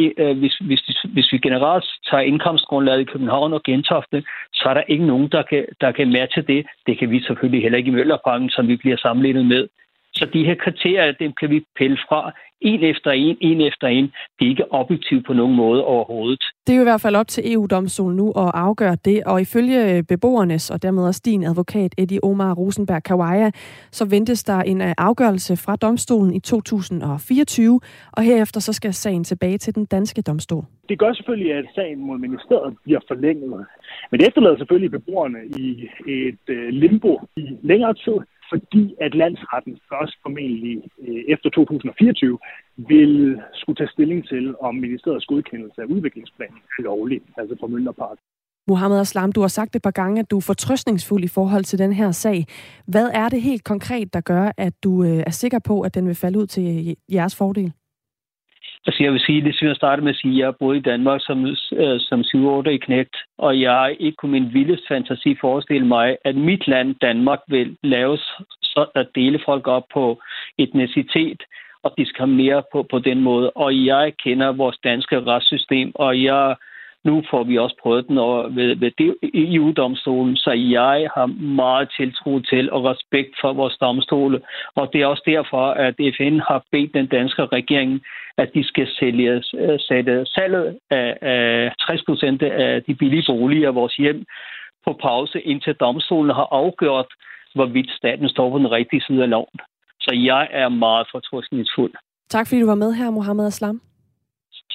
hvis vi generelt tager indkomstgrundlaget i København og Gentofte, så er der ikke nogen, der kan matche det. Det kan vi selvfølgelig heller ikke i Møllerparken, som vi bliver sammenlignet med. Så de her kriterier, dem kan vi pille fra en efter en. Det er ikke objektivt på nogen måde overhovedet. Det er jo i hvert fald op til EU-domstolen nu at afgøre det, og ifølge beboernes og dermed også din advokat Eddie Omar Rosenberg Kawaya, så ventes der en afgørelse fra domstolen i 2024, og herefter så skal sagen tilbage til den danske domstol. Det gør selvfølgelig, at sagen mod ministeriet bliver forlænget, men det efterlader selvfølgelig beboerne i et limbo i længere tid, fordi at landsretten først formentlig efter 2024 vil skulle tage stilling til, om ministeriets godkendelse af udviklingsplanen er lovlig, altså for Mjølnerparken. Mohammed Aslam, du har sagt et par gange, at du er fortrøstningsfuld i forhold til den her sag. Hvad er det helt konkret, der gør, at du er sikker på, at den vil falde ud til jeres fordel? Altså jeg vil sige, det synes jeg starter med at sige, at jeg boede i Danmark som 7-8 knægt, og jeg ikke kunne min vildeste fantasi forestille mig, at mit land, Danmark, vil laves at dele folk op på etnicitet og diskriminere på den måde. Og jeg kender vores danske retssystem, og nu får vi også prøvet den ved EU-domstolen, så jeg har meget tiltro til og respekt for vores domstole. Og det er også derfor, at FN har bedt den danske regering, at de skal sætte salget af 60% af de billige boliger af vores hjem på pause, indtil domstolen har afgjort, hvorvidt staten står på den rigtige side af loven. Så jeg er meget fortrøstningsfuld. Tak fordi du var med her, Mohammed Aslam.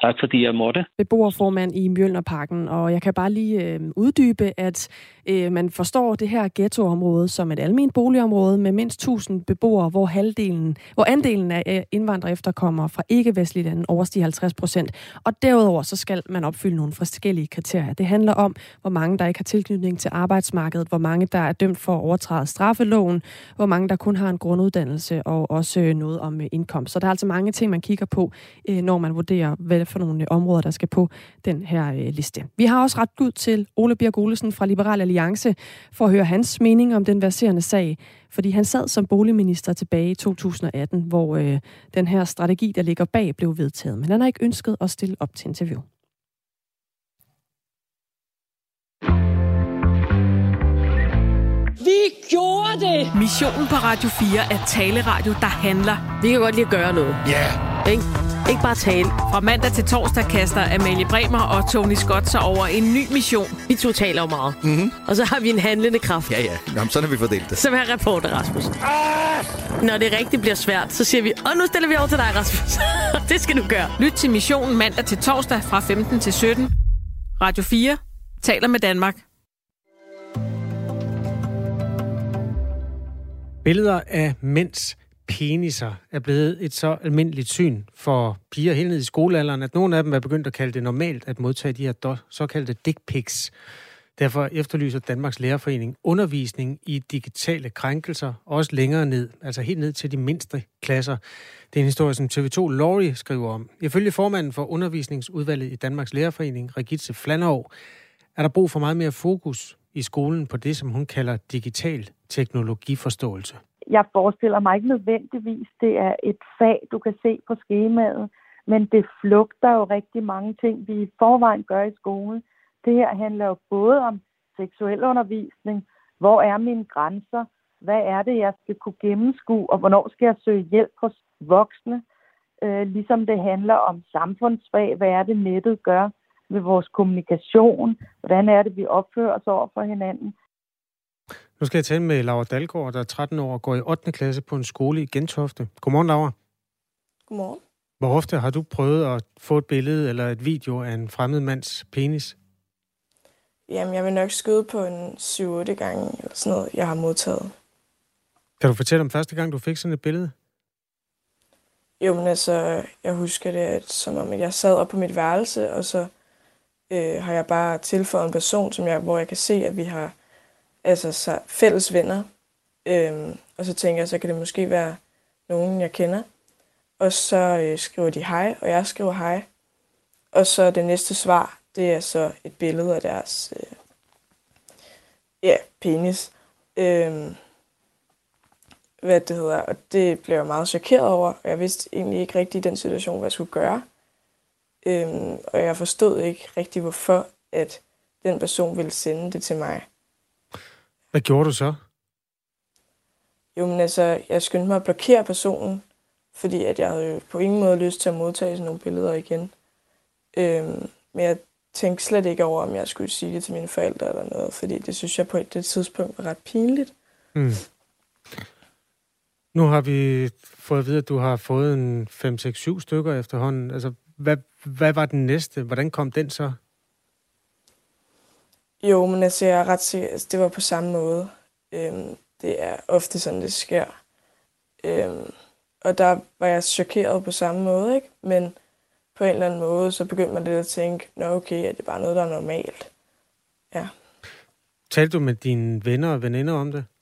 Tak fordi jeg måtte. Beboerformand i Mjølnerparken, og jeg kan bare lige uddybe, at man forstår det her ghettoområde som et alment boligområde med mindst 1000 beboere, hvor andelen af indvandrere efterkommere fra ikke-vestlige lande overstiger 50%. Og derudover så skal man opfylde nogle forskellige kriterier. Det handler om, hvor mange der ikke har tilknytning til arbejdsmarkedet, hvor mange der er dømt for at overtræde straffeloven, hvor mange der kun har en grunduddannelse og også noget om indkomst. Så der er altså mange ting, man kigger på, når man vurderer, hvad for nogle områder, der skal på den her liste. Vi har også ret ud til Ole Birk Olesen fra Liberal Alliance for at høre hans mening om den verserende sag, fordi han sad som boligminister tilbage i 2018, hvor den her strategi, der ligger bag, blev vedtaget. Men han har ikke ønsket at stille op til interview. Vi gjorde det! Missionen på Radio 4 er taleradio, der handler. Vi kan godt lide at gøre noget. Ja! Yeah. Ikke bare tale. Fra mandag til torsdag kaster Amalie Bremer og Tony Scott sig over en ny mission. Vi to taler jo meget. Mm-hmm. Og så har vi en handlende kraft. Ja. Jamen, sådan har vi fordelt det. Som er reporter, Rasmus. Når det rigtig bliver svært, så siger vi, og nu stiller vi over til dig, Rasmus. Det skal du gøre. Lyt til missionen mandag til torsdag fra 15 til 17. Radio 4 taler med Danmark. Billeder af mænds peniser er blevet et så almindeligt syn for piger helt ned i skolealderen, at nogle af dem er begyndt at kalde det normalt at modtage de her såkaldte dick pics. Derfor efterlyser Danmarks Lærerforening undervisning i digitale krænkelser, også længere ned, altså helt ned til de mindste klasser. Det er en historie, som TV2 Lorry skriver om. Ifølge formanden for undervisningsudvalget i Danmarks Lærerforening, Regitze Flanderov, er der brug for meget mere fokus i skolen på det, som hun kalder digital teknologiforståelse. Jeg forestiller mig ikke nødvendigvis, det er et fag, du kan se på skemaet, men det flugter jo rigtig mange ting, vi i forvejen gør i skolen. Det her handler jo både om seksuel undervisning, hvor er mine grænser, hvad er det, jeg skal kunne gennemskue, og hvornår skal jeg søge hjælp hos voksne, ligesom det handler om samfundsfag, hvad er det nettet gør med vores kommunikation, hvordan er det, vi opfører os over for hinanden. Nu skal jeg tale med Laura Dalgaard, der er 13 år og går i 8. klasse på en skole i Gentofte. Godmorgen, Laura. Godmorgen. Hvor ofte har du prøvet at få et billede eller et video af en fremmed mands penis? Jamen, jeg vil nok skyde på en 7-8 gange, eller sådan noget, jeg har modtaget. Kan du fortælle om første gang, du fik sådan et billede? Jo, men altså, jeg husker det, som om jeg sad op på mit værelse, og så har jeg bare tilføjet en person, hvor jeg kan se, at vi har altså fælles venner. Og så tænker jeg, så kan det måske være nogen, jeg kender. Og så skriver de hej, og jeg skriver hej. Og så det næste svar, det er så et billede af deres penis. Hvad det hedder. Og det blev jeg meget chokeret over. Og jeg vidste egentlig ikke rigtig i den situation, hvad jeg skulle gøre. Og jeg forstod ikke rigtig, hvorfor at den person ville sende det til mig. Hvad gjorde du så? Jo, men altså, jeg skyndte mig at blokere personen, fordi at jeg havde jo på ingen måde lyst til at modtage sådan nogle billeder igen. Men jeg tænkte slet ikke over, om jeg skulle sige det til mine forældre eller noget, fordi det synes jeg på det tidspunkt var ret pinligt. Mm. Nu har vi fået at vide, at du har fået en 5-6-7 stykker efterhånden. Altså, hvad var den næste? Hvordan kom den så? Jo, men altså, jeg er ret sikker, altså, det var på samme måde. Det er ofte sådan, det sker. Og der var jeg chokeret på samme måde, ikke? Men på en eller anden måde, så begyndte man lidt at tænke, nå okay, er det bare noget, der er normalt? Ja. Talte du med dine venner og veninder om det?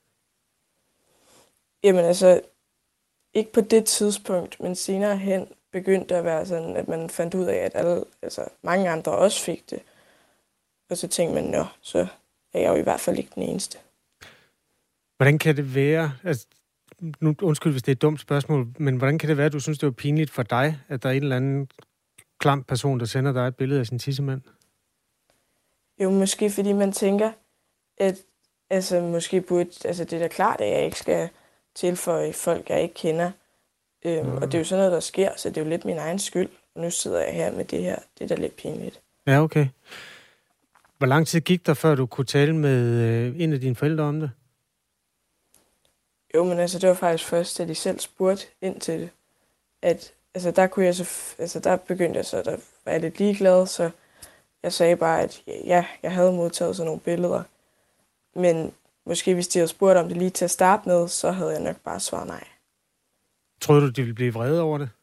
Jamen altså, ikke på det tidspunkt, men senere hen begyndte at være sådan, at man fandt ud af, at mange andre også fik det. Og så tænkte man, nå, så er jeg jo i hvert fald ikke den eneste. Hvordan kan det være, altså, nu undskyld, hvis det er et dumt spørgsmål, men hvordan kan det være, at du synes, det var pinligt for dig, at der er en eller anden klam person, der sender dig et billede af sin tissemand? Jo, måske fordi man tænker, at altså, måske burde, altså, det er da klart, at jeg ikke skal tilføje folk, jeg ikke kender. Og det er jo sådan noget, der sker, så det er jo lidt min egen skyld. Og nu sidder jeg her med det her. Det er da lidt pinligt. Ja, okay. Hvor lang tid gik der, før du kunne tale med en af dine forældre om det? Jo, men altså, det var faktisk først, at de selv spurgte ind til det, at altså der begyndte jeg så, der var jeg lidt ligeglad, så jeg sagde bare, at ja, jeg havde modtaget sådan nogle billeder. Men måske hvis de havde spurgt om det lige til at starte med, så havde jeg nok bare svaret nej. Troede du, de ville blive vrede over det?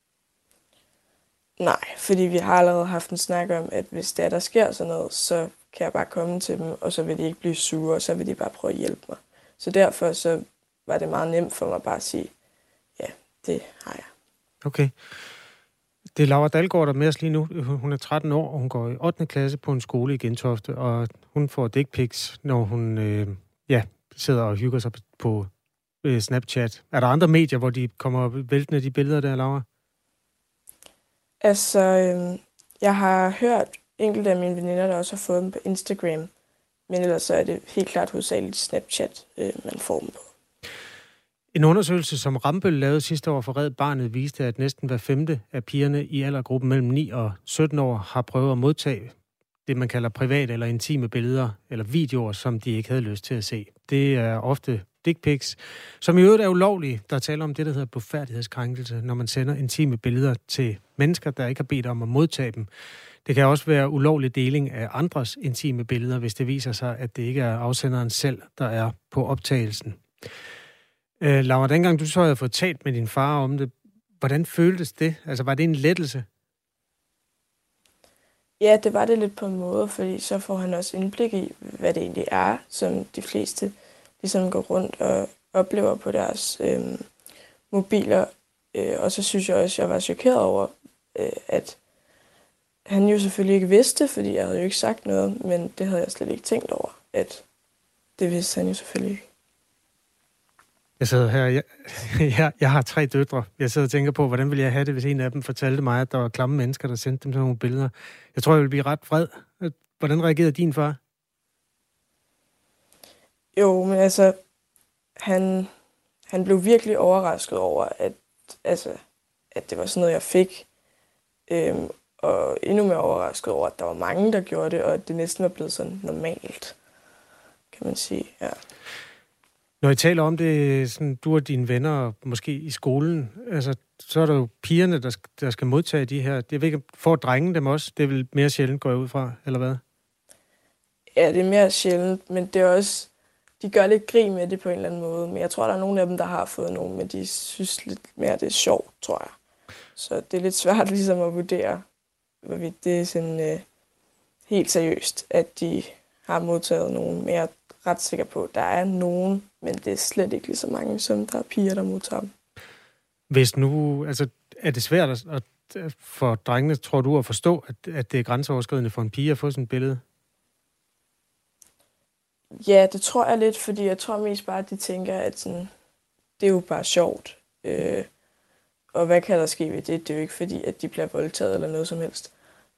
Nej, fordi vi har allerede haft en snak om, at hvis der sker sådan noget, så kan jeg bare komme til dem, og så vil de ikke blive sure, og så vil de bare prøve at hjælpe mig. Så derfor så var det meget nemt for mig bare at sige, ja, det har jeg. Okay. Det er Laura Dalgaard, der er med os lige nu. Hun er 13 år, og hun går i 8. klasse på en skole i Gentofte, og hun får dick pics, når hun sidder og hygger sig på Snapchat. Er der andre medier, hvor de kommer væltende de billeder der, Laura? Altså, jeg har hørt enkelte af mine veninder, der også har fået dem på Instagram, men ellers så er det helt klart hovedsageligt Snapchat, man får dem på. En undersøgelse, som Rambøll lavede sidste år for Red Barnet, viste, at næsten hver 5. af pigerne i aldergruppen mellem 9 og 17 år har prøvet at modtage det, man kalder private eller intime billeder eller videoer, som de ikke havde lyst til at se. Det er ofte dick pics, som i øvrigt er ulovlige. Der taler om det, der hedder blufærdighedskrænkelse, når man sender intime billeder til mennesker, der ikke har bedt om at modtage dem. Det kan også være ulovlig deling af andres intime billeder, hvis det viser sig, at det ikke er afsenderen selv, der er på optagelsen. Laura, dengang du så havde fået talt med din far om det, hvordan føltes det? Altså, var det en lettelse? Ja, det var det lidt på en måde, fordi så får han også indblik i, hvad det egentlig er, som de fleste ligesom går rundt og oplever på deres mobiler. Og så synes jeg også, at jeg var chokeret over, at han jo selvfølgelig ikke vidste, fordi jeg havde jo ikke sagt noget, men det havde jeg slet ikke tænkt over, at det vidste han jo selvfølgelig ikke. Jeg sidder her, jeg har 3 døtre. Jeg sidder og tænker på, hvordan ville jeg have det, hvis en af dem fortalte mig, at der var klamme mennesker, der sendte dem sådan nogle billeder. Jeg tror, jeg ville blive ret vred. Hvordan reagerede din far? Jo, men altså, han blev virkelig overrasket over, at det var sådan noget, jeg fik. Og endnu mere overrasket over, at der var mange, der gjorde det, og at det næsten var blevet sådan normalt, kan man sige, ja. Når I taler om det, sådan, du og dine venner, måske i skolen, altså, så er der jo pigerne, der skal modtage de her. Jeg ved ikke, får drenge dem også? Det er vel mere sjældent, går jeg ud fra, eller hvad? Ja, det er mere sjældent, men det er også, de gør lidt grin med det på en eller anden måde. Men jeg tror, der er nogle af dem, der har fået nogen, men de synes lidt mere, det er sjovt, tror jeg. Så det er lidt svært ligesom at vurdere, hvorvidt det er sådan helt seriøst, at de har modtaget nogen. Men jeg er ret sikker på, at der er nogen, men det er slet ikke lige så mange, som der er piger, der modtager dem. Hvis nu, altså, er det svært for drengene, tror du, at forstå, at det er grænseoverskridende for en pige at få sådan et billede? Ja, det tror jeg lidt, fordi jeg tror mest bare, at de tænker, at sådan, det er jo bare sjovt. Og hvad kan der ske ved det? Det er jo ikke fordi, at de bliver voldtaget eller noget som helst.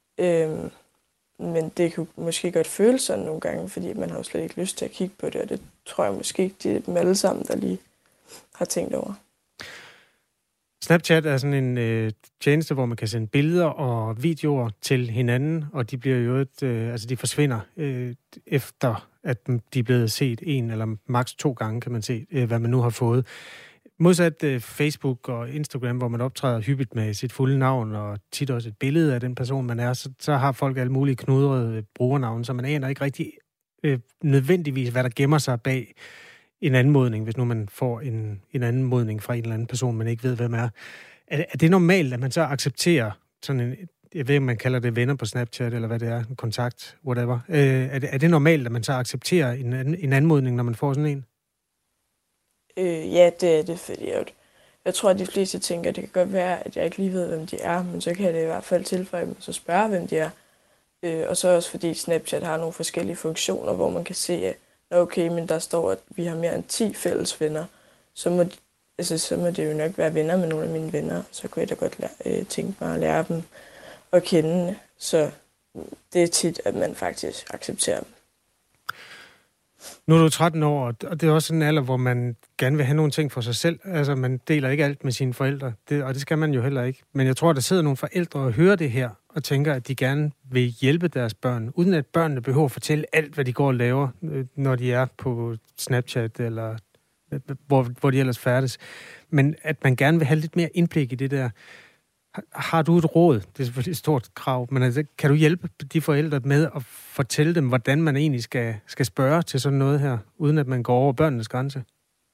Men det kunne måske godt føles sådan nogle gange, fordi man har jo slet ikke lyst til at kigge på det, og det tror jeg måske ikke, det er dem alle sammen, der lige har tænkt over. Snapchat er sådan en tjeneste, hvor man kan sende billeder og videoer til hinanden, og de bliver jo de forsvinder efter, at de er blevet set 1 eller maks 2 gange, kan man se, hvad man nu har fået. Modsat Facebook og Instagram, hvor man optræder hyppigt med sit fulde navn, og tit også et billede af den person, man er, så har folk alle mulige knudrede brugernavne, så man aner ikke rigtig nødvendigvis, hvad der gemmer sig bag en anmodning, hvis nu man får en anmodning fra en eller anden person, man ikke ved, hvem er. Er det normalt, at man så accepterer sådan en, jeg ved ikke, man kalder det venner på Snapchat, eller hvad det er, en kontakt, whatever. Er det normalt, at man så accepterer en anmodning, når man får sådan en? Ja, det er det, fordi jeg tror, at de fleste tænker, at det kan godt være, at jeg ikke lige ved, hvem de er, men så kan jeg det i hvert fald tilføje dem, så spørge, hvem de er. Og så også fordi Snapchat har nogle forskellige funktioner, hvor man kan se, at okay, men der står, at vi har mere end 10 fælles venner, så må det jo nok være venner med nogle af mine venner, så kunne jeg da godt tænke mig at lære dem at kende, så det er tit, at man faktisk accepterer dem. Nu er du 13 år, og det er også en alder, hvor man gerne vil have nogle ting for sig selv. Altså, man deler ikke alt med sine forældre, og det skal man jo heller ikke. Men jeg tror, at der sidder nogle forældre og hører det her, og tænker, at de gerne vil hjælpe deres børn, uden at børnene behøver at fortælle alt, hvad de går og laver, når de er på Snapchat, eller hvor de ellers færdes. Men at man gerne vil have lidt mere indblik i det der. Har du et råd? Det er selvfølgelig et stort krav, men altså, kan du hjælpe de forældre med at fortælle dem, hvordan man egentlig skal spørge til sådan noget her, uden at man går over børnenes grænse?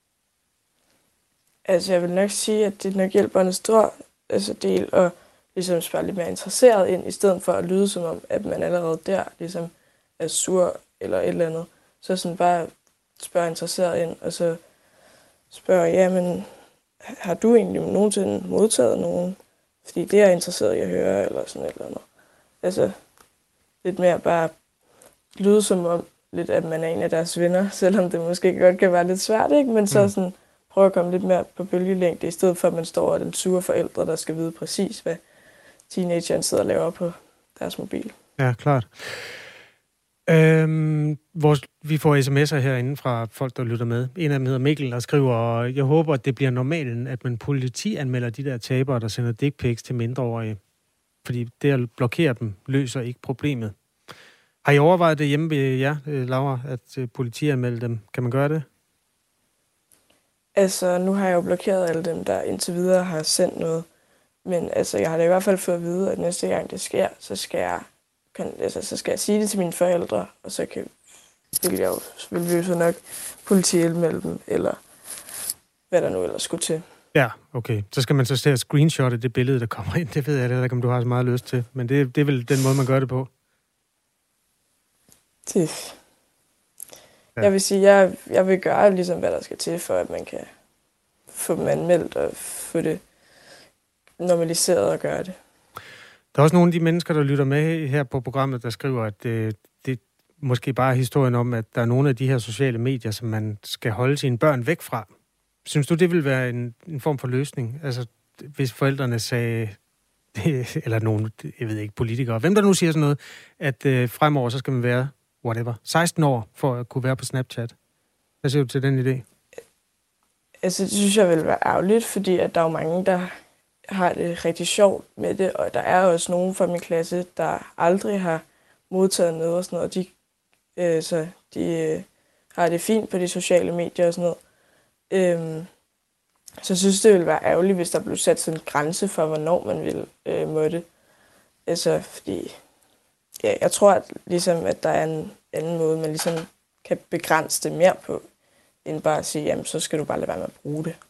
Altså, jeg vil nok sige, at det nok hjælper en stor del at ligesom spørge lidt mere interesseret ind, i stedet for at lyde som om, at man allerede der ligesom er sur eller et eller andet. Så sådan bare spørge interesseret ind, og så spørge, jamen, har du egentlig nogensinde modtaget nogen? Fordi det er jeg interesseret i at høre, eller sådan et eller andet. Altså, lidt mere bare lyde som om, lidt, at man er en af deres venner, selvom det måske godt kan være lidt svært, ikke? Men så sådan prøve at komme lidt mere på bølgelængde, i stedet for, at man står over den sure forældre, der skal vide præcis, hvad teenageren sidder og laver på deres mobil. Ja, klart. Vi får sms'er herinde fra folk, der lytter med. En af dem hedder Mikkel, der skriver, jeg håber, at det bliver normalen, at man politianmelder de der tabere, der sender dick pics til mindreårige. Fordi det at blokere dem løser ikke problemet. Har I overvejet det hjemme ved jer, Laura, at politianmelde dem? Kan man gøre det? Altså, nu har jeg jo blokeret alle dem, der indtil videre har sendt noget. Men altså, jeg har da i hvert fald fået at vide, at næste gang det sker, så skal jeg sige det til mine forældre, og så vil vi jo så nok politianmelde dem, eller hvad der nu ellers skulle til. Ja, okay. Så skal man så se at screenshotte det billede, der kommer ind. Det ved jeg ikke, om du har så meget lyst til. Men det er vel den måde, man gør det på. Jeg vil sige, jeg vil gøre ligesom, hvad der skal til, for at man kan få dem anmeldt og få det normaliseret og gøre det. Der er også nogle af de mennesker, der lytter med her på programmet, der skriver, at det måske bare er historien om, at der er nogle af de her sociale medier, som man skal holde sine børn væk fra. Synes du, det vil være en form for løsning? Altså, hvis forældrene sagde, eller nogen, jeg ved ikke, politikere, hvem der nu siger sådan noget, at fremover så skal man være, 16 år for at kunne være på Snapchat. Hvad siger du til den idé? Altså, det synes jeg vil være ærgerligt, fordi at der er jo mange, der har det rigtig sjovt med det, og der er også nogen fra min klasse, der aldrig har modtaget noget og sådan noget, så de har det fint på de sociale medier og sådan noget. Så jeg synes, det ville være ærgerligt, hvis der blev sat sådan en grænse for, hvornår man ville måtte. Altså, fordi jeg tror, at, ligesom, at der er en anden måde, man ligesom kan begrænse det mere på, end bare at sige, jamen, så skal du bare lade være med at bruge det.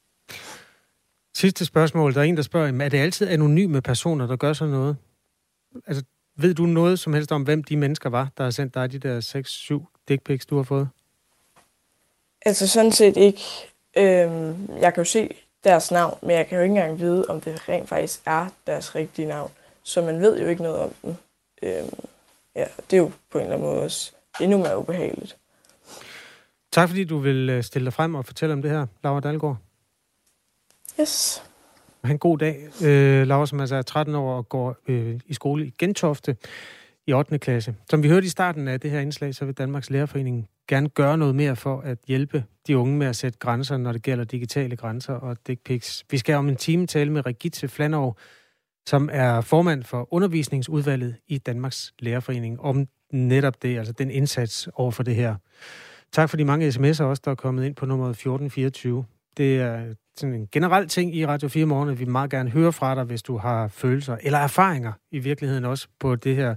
Sidste spørgsmål. Der er en, der spørger, er det altid anonyme personer, der gør sådan noget? Altså, ved du noget som helst om, hvem de mennesker var, der har sendt dig de der 6-7 dick pics, du har fået? Altså, sådan set ikke. Jeg kan jo se deres navn, men jeg kan jo ikke engang vide, om det rent faktisk er deres rigtige navn. Så man ved jo ikke noget om dem. Det er jo på en eller anden måde også endnu mere ubehageligt. Tak fordi du vil stille dig frem og fortælle om det her, Laura Dalgaard. Yes. Ha' en god dag. Laura, som altså er 13 år og går i skole i Gentofte i 8. klasse. Som vi hørte i starten af det her indslag, så vil Danmarks Lærerforening gerne gøre noget mere for at hjælpe de unge med at sætte grænser, når det gælder digitale grænser og dick pics. Vi skal om en time tale med Regitze Flanov, som er formand for undervisningsudvalget i Danmarks Lærerforening, om netop det, altså den indsats over for det her. Tak for de mange sms'er også, der er kommet ind på nummeret 1424. Det er sådan en generel ting i Radio 4 Morgen, at vi meget gerne hører fra dig, hvis du har følelser eller erfaringer i virkeligheden også på det her.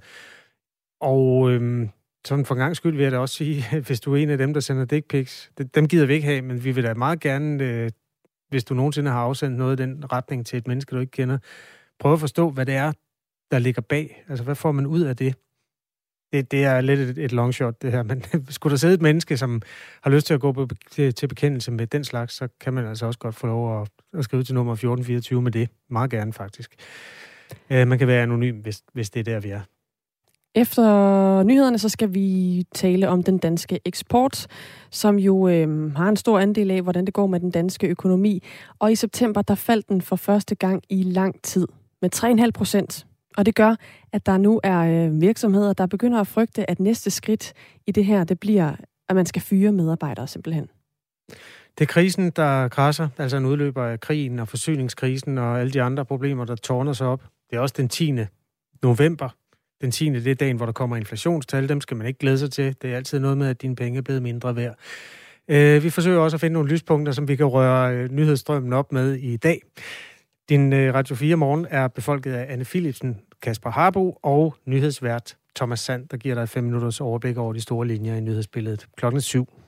Og sådan for en gang skyld vil jeg da også sige, at hvis du er en af dem, der sender dick pics, dem gider vi ikke have, men vi vil da meget gerne, hvis du nogensinde har afsendt noget i den retning til et menneske, du ikke kender, prøve at forstå, hvad det er, der ligger bag. Altså, hvad får man ud af det? Det er lidt et long shot, det her, men skulle der sidde et menneske, som har lyst til at gå til bekendelse med den slags, så kan man altså også godt få lov at skrive til nummer 1424 med det. Meget gerne, faktisk. Man kan være anonym, hvis det er der, vi er. Efter nyhederne, så skal vi tale om den danske eksport, som jo har en stor andel af, hvordan det går med den danske økonomi. Og i september, der faldt den for første gang i lang tid med 3,5%. Og det gør, at der nu er virksomheder, der begynder at frygte, at næste skridt i det her, det bliver, at man skal fyre medarbejdere simpelthen. Det er krisen, der krasser, altså en udløber af krigen og forsyningskrisen og alle de andre problemer, der tårner sig op. Det er også den 10. november. Den 10. det er dagen, hvor der kommer inflationstal. Dem skal man ikke glæde sig til. Det er altid noget med, at dine penge er blevet mindre værd. Vi forsøger også at finde nogle lyspunkter, som vi kan røre nyhedsstrømmen op med i dag. Din Radio 4 morgen er befolket af Anne Philipsen, Kasper Harbo og nyhedsvært Thomas Sand, der giver dig 5 minutters overblik over de store linjer i nyhedsbilledet. 7:00.